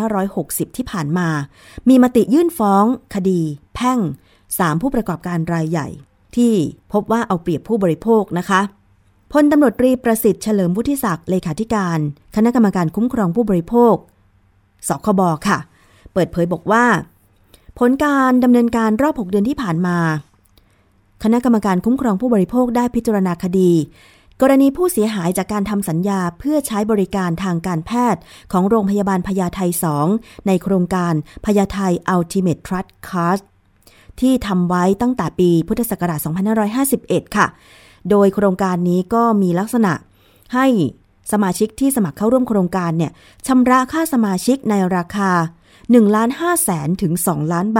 2560 ที่ผ่านมามีมติยื่นฟ้องคดีแพ่ง3ผู้ประกอบการรายใหญ่ที่พบว่าเอาเปรียบผู้บริโภคนะคะพลตำรวจตรีประสิทธิ์เฉลิมวุฒิศักดิ์เลขาธิการคณะกรรมการคุ้มครองผู้บริโภคสคบค่ะเปิดเผยบอกว่าผลการดำเนินการรอบ6เดือนที่ผ่านมาคณะกรรมการคุ้มครองผู้บริโภคได้พิจารณาคดีกรณีผู้เสียหายจากการทำสัญญาเพื่อใช้บริการทางการแพทย์ของโรงพยาบาลพญาไท2ในโครงการพญาไท Ultimate Trust Card ที่ทำไว้ตั้งแต่ปีพุทธศักราช 2551 ค่ะโดยโครงการนี้ก็มีลักษณะให้สมาชิกที่สมัครเข้าร่วมโครงการเนี่ยชำระค่าสมาชิกในราคา 1,500,000 ถึง 2,000,000 บาท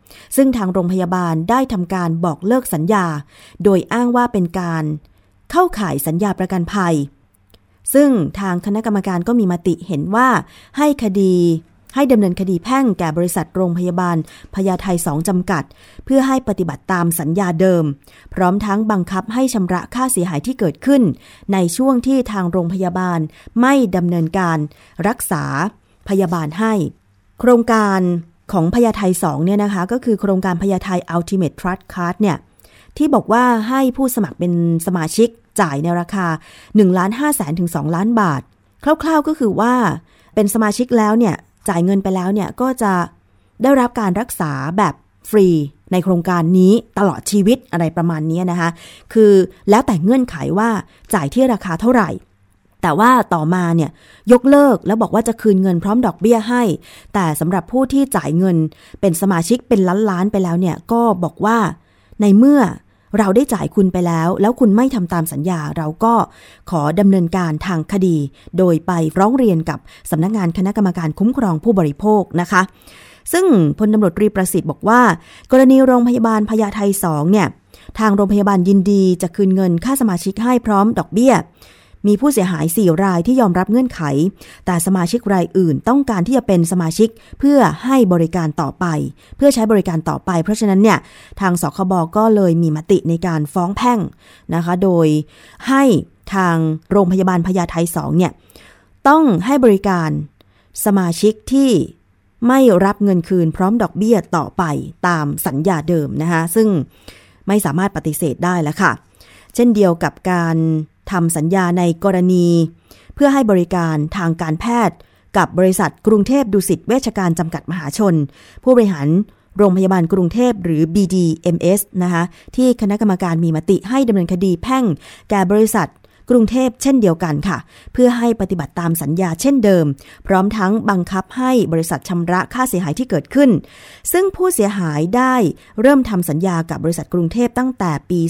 ซึ่งทางโรงพยาบาลได้ทำการบอกเลิกสัญญาโดยอ้างว่าเป็นการเข้าข่ายสัญญาประกันภัยซึ่งทางคณะกรรมการก็มีมติเห็นว่าให้ดำเนินคดีแพ่งแก่บริษัทโรงพยาบาลพญาไท2จำกัดเพื่อให้ปฏิบัติตามสัญญาเดิมพร้อมทั้งบังคับให้ชำระค่าเสียหายที่เกิดขึ้นในช่วงที่ทางโรงพยาบาลไม่ดำเนินการรักษาพยาบาลให้โครงการของพญาไท2เนี่ยนะคะก็คือโครงการพญาไท Ultimate Trust Card เนี่ยที่บอกว่าให้ผู้สมัครเป็นสมาชิกจ่ายในราคา 1,500,000 ถึง 2 ล้านบาทคร่าวๆก็คือว่าเป็นสมาชิกแล้วเนี่ยจ่ายเงินไปแล้วเนี่ยก็จะได้รับการรักษาแบบฟรีในโครงการนี้ตลอดชีวิตอะไรประมาณนี้นะคะคือแล้วแต่เงื่อนไขว่าจ่ายที่ราคาเท่าไหร่แต่ว่าต่อมาเนี่ยยกเลิกแล้วบอกว่าจะคืนเงินพร้อมดอกเบี้ยให้แต่สำหรับผู้ที่จ่ายเงินเป็นสมาชิกเป็นล้านๆไปแล้วเนี่ยก็บอกว่าในเมื่อเราได้จ่ายคุณไปแล้วคุณไม่ทำตามสัญญาเราก็ขอดำเนินการทางคดีโดยไปร้องเรียนกับสำนักงานคณะกรรมการคุ้มครองผู้บริโภคนะคะซึ่งพลตำรวจตรีประสิทธิ์บอกว่ากรณีโรงพยาบาลพญาไท2เนี่ยทางโรงพยาบาลยินดีจะคืนเงินค่าสมาชิกให้พร้อมดอกเบี้ยมีผู้เสียหาย4รายที่ยอมรับเงื่อนไขแต่สมาชิกรายอื่นต้องการที่จะเป็นสมาชิกเพื่อให้บริการต่อไปเพื่อใช้บริการต่อไปเพราะฉะนั้นเนี่ยทางสคบก็เลยมีมติในการฟ้องแพ่งนะคะโดยให้ทางโรงพยาบาลพญาไท2เนี่ยต้องให้บริการสมาชิกที่ไม่รับเงินคืนพร้อมดอกเบี้ยต่อไปตามสัญญาเดิมนะคะซึ่งไม่สามารถปฏิเสธได้แล้วค่ะเช่นเดียวกับการทำสัญญาในกรณีเพื่อให้บริการทางการแพทย์กับบริษัทกรุงเทพดุสิตเวชการจำกัดมหาชนผู้บริหารโรงพยาบาลกรุงเทพหรือ BDMS นะคะที่คณะกรรมการมีมติให้ดำเนินคดีแพ่งแก่บริษัทกรุงเทพเช่นเดียวกันค่ะเพื่อให้ปฏิบัติตามสัญญาเช่นเดิมพร้อมทั้งบังคับให้บริษัทชำระค่าเสียหายที่เกิดขึ้นซึ่งผู้เสียหายได้เริ่มทำสัญญากับบริษัทกรุงเทพตั้งแต่ปี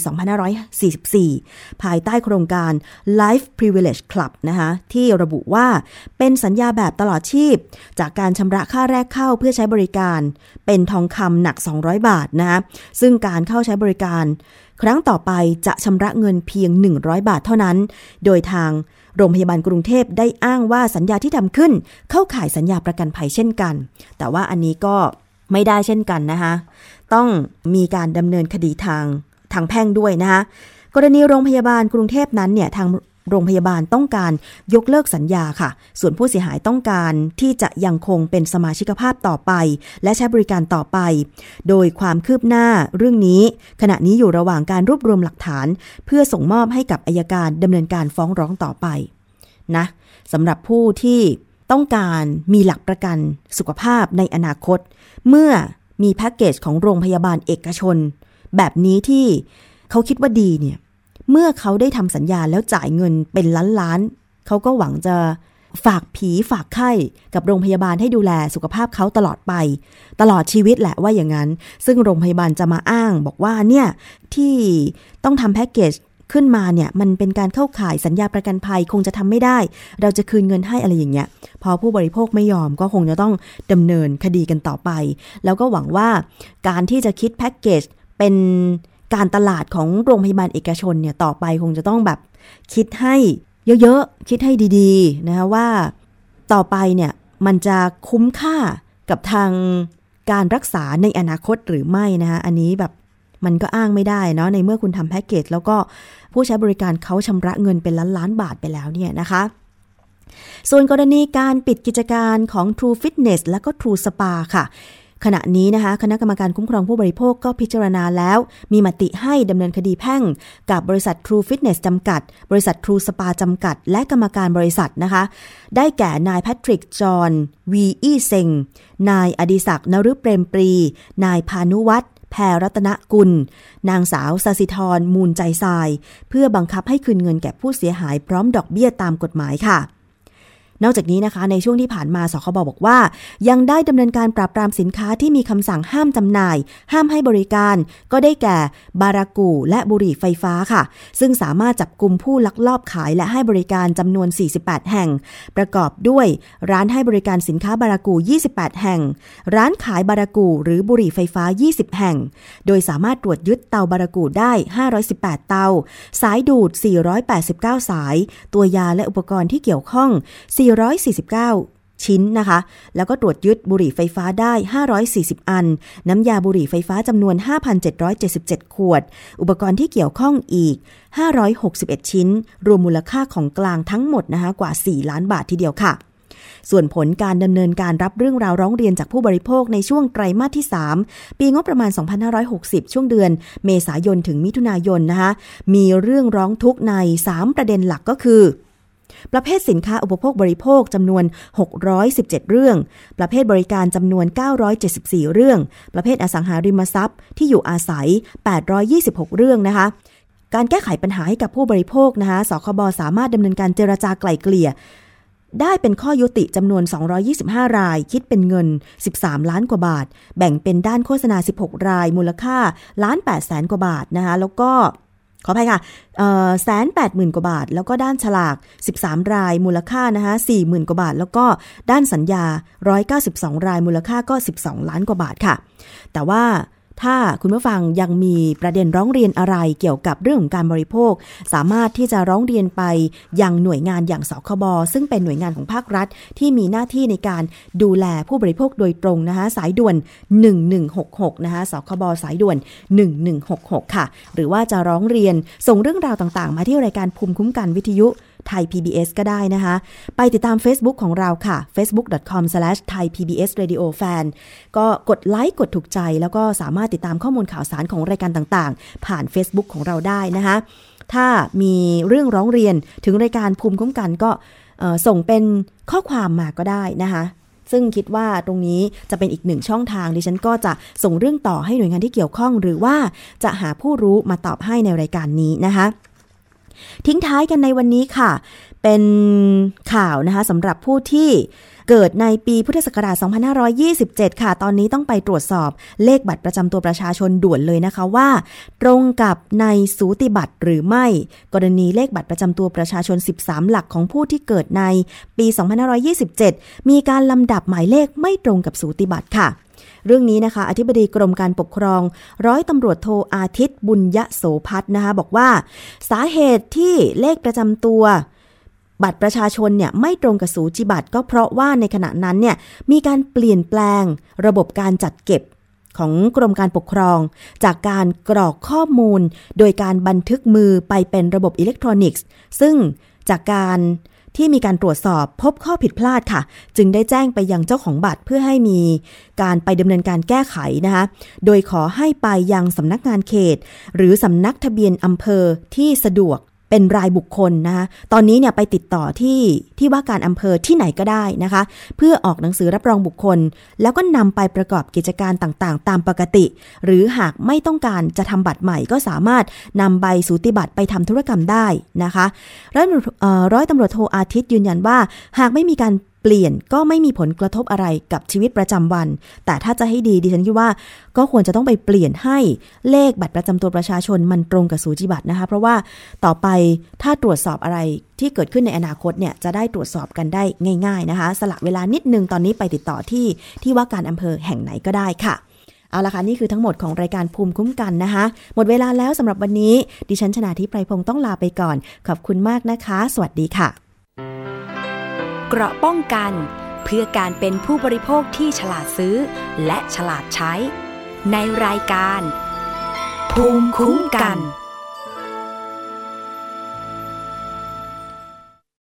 2544 ภายใต้โครงการ Life Privilege Club นะคะที่ระบุว่าเป็นสัญญาแบบตลอดชีพจากการชำระค่าแรกเข้าเพื่อใช้บริการเป็นทองคำหนัก200 บาทนะคะซึ่งการเข้าใช้บริการครั้งต่อไปจะชำระเงินเพียง100 บาทเท่านั้นโดยทางโรงพยาบาลกรุงเทพได้อ้างว่าสัญญาที่ทำขึ้นเข้าข่ายสัญญาประกันภัยเช่นกันแต่ว่าอันนี้ก็ไม่ได้เช่นกันนะคะต้องมีการดำเนินคดีทางแพ่งด้วยนะคะกรณีโรงพยาบาลกรุงเทพนั้นเนี่ยทางโรงพยาบาลต้องการยกเลิกสัญญาค่ะส่วนผู้เสียหายต้องการที่จะยังคงเป็นสมาชิกภาพต่อไปและใช้บริการต่อไปโดยความคืบหน้าเรื่องนี้ขณะนี้อยู่ระหว่างการรวบรวมหลักฐานเพื่อส่งมอบให้กับอัยการดำเนินการฟ้องร้องต่อไปนะสำหรับผู้ที่ต้องการมีหลักประกันสุขภาพในอนาคตเมื่อมีแพ็กเกจของโรงพยาบาลเอกชนแบบนี้ที่เขาคิดว่าดีเนี่ยเมื่อเขาได้ทำสัญญาแล้วจ่ายเงินเป็นล้านๆเขาก็หวังจะฝากผีฝากไข้กับโรงพยาบาลให้ดูแลสุขภาพเขาตลอดไปตลอดชีวิตแหละว่าอย่างนั้นซึ่งโรงพยาบาลจะมาอ้างบอกว่าเนี่ยที่ต้องทำแพ็กเกจขึ้นมาเนี่ยมันเป็นการเข้าข่ายสัญญาประกันภัยคงจะทำไม่ได้เราจะคืนเงินให้อะไรอย่างเงี้ยพอผู้บริโภคไม่ยอมก็คงจะต้องดำเนินคดีกันต่อไปแล้วก็หวังว่าการที่จะคิดแพ็กเกจเป็นการตลาดของโรงพยาบาลเอกชนเนี่ยต่อไปคงจะต้องแบบคิดให้เยอะๆคิดให้ดีๆนะคะว่าต่อไปเนี่ยมันจะคุ้มค่ากับทางการรักษาในอนาคตหรือไม่นะคะอันนี้แบบมันก็อ้างไม่ได้เนาะในเมื่อคุณทำแพ็กเกจแล้วก็ผู้ใช้บริการเขาชำระเงินเป็นล้านๆบาทไปแล้วเนี่ยนะคะส่วนกรณีการปิดกิจการของ True Fitness และก็ True Spa ค่ะขณะนี้นะคะคณะกรรมการคุ้มครองผู้บริโภคก็พิจารณาแล้วมีมติให้ดำเนินคดีแพ่งกับบริษัท True Fitness จำกัดบริษัท True Spa จำกัดและกรรมการบริษัทนะคะได้แก่นายแพทริกจอห์นวีอี้เซงนายอดิศักดิ์นฤเปรมปรีนายพานุวัฒน์แพรรัตนกุลนางสาวสศิธรมูลใจทรายเพื่อบังคับให้คืนเงินแก่ผู้เสียหายพร้อมดอกเบี้ยตามกฎหมายค่ะนอกจากนี้นะคะในช่วงที่ผ่านมาสคบบอกว่ายังได้ดำเนินการปราบปรามสินค้าที่มีคำสั่งห้ามจำหน่ายห้ามให้บริการก็ได้แก่บารากูและบุหรี่ไฟฟ้าค่ะซึ่งสามารถจับกุมผู้ลักลอบขายและให้บริการจำนวน48แห่งประกอบด้วยร้านให้บริการสินค้าบารากู28แห่งร้านขายบารากูหรือบุหรี่ไฟฟ้า20แห่งโดยสามารถตรวจยึดเตาบารากูได้518เตาสายดูด489สายตัวยาและอุปกรณ์ที่เกี่ยวข้อง449ชิ้นนะคะแล้วก็ตรวจยึดบุหรี่ไฟฟ้าได้540อันน้ำยาบุหรี่ไฟฟ้าจำนวน 5,777 ขวดอุปกรณ์ที่เกี่ยวข้องอีก561ชิ้นรวมมูลค่าของกลางทั้งหมดนะคะกว่า4ล้านบาททีเดียวค่ะส่วนผลการดำเนินการรับเรื่องราวร้องเรียนจากผู้บริโภคในช่วงไตรมาสที่3ปีงบประมาณ2560ช่วงเดือนเมษายนถึงมิถุนายนนะคะมีเรื่องร้องทุกข์ใน3ประเด็นหลักก็คือประเภทสินค้าอุปโภคบริโภคจำนวน617เรื่องประเภทบริการจำนวน974เรื่องประเภทอสังหาริมทรัพย์ที่อยู่อาศัย826เรื่องนะคะการแก้ไขปัญหาให้กับผู้บริโภคนะคะสคบสามารถดำเนินการเจรจาไกล่เกลี่ยได้เป็นข้อยุติจำนวน225รายคิดเป็นเงิน13ล้านกว่าบาทแบ่งเป็นด้านโฆษณา16รายมูลค่า1,800,000 กว่าบาทนะคะแล้วก็ขออภัยค่ะ180,000 กว่าบาทแล้วก็ด้านฉลาก13รายมูลค่านะคะ40,000 กว่าบาทแล้วก็ด้านสัญญา192รายมูลค่าก็12ล้านกว่าบาทค่ะแต่ว่าถ้าคุณผู้ฟังยังมีประเด็นร้องเรียนอะไรเกี่ยวกับเรื่องของการบริโภคสามารถที่จะร้องเรียนไปยังหน่วยงานอย่างสคบซึ่งเป็นหน่วยงานของภาครัฐที่มีหน้าที่ในการดูแลผู้บริโภคโดยตรงนะคะสายด่วน1166นะคะสคบสายด่วน1166ค่ะหรือว่าจะร้องเรียนส่งเรื่องราวต่างๆมาที่รายการภูมิคุ้มกันวิทยุไทย PBS ก็ได้นะคะไปติดตาม Facebook ของเราค่ะ facebook.com/thaipbsradiofan ก็กดไลค์กดถูกใจแล้วก็สามารถติดตามข้อมูลข่าวสารของรายการต่างๆผ่าน Facebook ของเราได้นะคะถ้ามีเรื่องร้องเรียนถึงรายการภูมิคุ้มกันก็ส่งเป็นข้อความมาก็ได้นะคะซึ่งคิดว่าตรงนี้จะเป็นอีกหนึ่งช่องทางดิฉันก็จะส่งเรื่องต่อให้หน่วยงานที่เกี่ยวข้องหรือว่าจะหาผู้รู้มาตอบให้ในรายการนี้นะคะทิ้งท้ายกันในวันนี้ค่ะเป็นข่าวนะคะสำหรับผู้ที่เกิดในปีพุทธศักราช2527ค่ะตอนนี้ต้องไปตรวจสอบเลขบัตรประจำตัวประชาชนด่วนเลยนะคะว่าตรงกับในสูติบัตรหรือไม่กรณีเลขบัตรประจำตัวประชาชน13หลักของผู้ที่เกิดในปี2527มีการลำดับหมายเลขไม่ตรงกับสูติบัตรค่ะเรื่องนี้นะคะอธิบดีกรมการปกครองร้อยตำรวจโทอาทิตย์บุญยโสภัทรนะคะบอกว่าสาเหตุที่เลขประจำตัวบัตรประชาชนเนี่ยไม่ตรงกับสูติบัตรก็เพราะว่าในขณะนั้นเนี่ยมีการเปลี่ยนแปลงระบบการจัดเก็บของกรมการปกครองจากการกรอกข้อมูลโดยการบันทึกมือไปเป็นระบบอิเล็กทรอนิกส์ซึ่งจากการที่มีการตรวจสอบพบข้อผิดพลาดค่ะจึงได้แจ้งไปยังเจ้าของบัตรเพื่อให้มีการไปดำเนินการแก้ไขนะคะโดยขอให้ไปยังสำนักงานเขตหรือสำนักทะเบียนอำเภอที่สะดวกเป็นรายบุคคลนะคะตอนนี้เนี่ยไปติดต่อที่ว่าการอำเภอที่ไหนก็ได้นะคะเพื่อออกหนังสือรับรองบุคคลแล้วก็นำไปประกอบกิจการต่างๆตามปกติหรือหากไม่ต้องการจะทำบัตรใหม่ก็สามารถนำใบสูติบัตรไปทำธุรกรรมได้นะคะร้อยตำรวจโทอาทิตย์ยืนยันว่าหากไม่มีการเปลี่ยนก็ไม่มีผลกระทบอะไรกับชีวิตประจำวันแต่ถ้าจะให้ดีดิฉันคิดว่าก็ควรจะต้องไปเปลี่ยนให้เลขบัตรประจำตัวประชาชนมันตรงกับสูติบัตรนะคะเพราะว่าต่อไปถ้าตรวจสอบอะไรที่เกิดขึ้นในอนาคตเนี่ยจะได้ตรวจสอบกันได้ง่ายๆนะคะสละเวลานิดนึงตอนนี้ไปติดต่อที่ว่าการอำเภอแห่งไหนก็ได้ค่ะเอาล่ะค่ะนี่คือทั้งหมดของรายการภูมิคุ้มกันนะคะหมดเวลาแล้วสำหรับวันนี้ดิฉันชนาธิปไพพงศ์ต้องลาไปก่อนขอบคุณมากนะคะสวัสดีค่ะเกราะป้องกันเพื่อการเป็นผู้บริโภคที่ฉลาดซื้อและฉลาดใช้ในรายการภูมิคุ้มกัน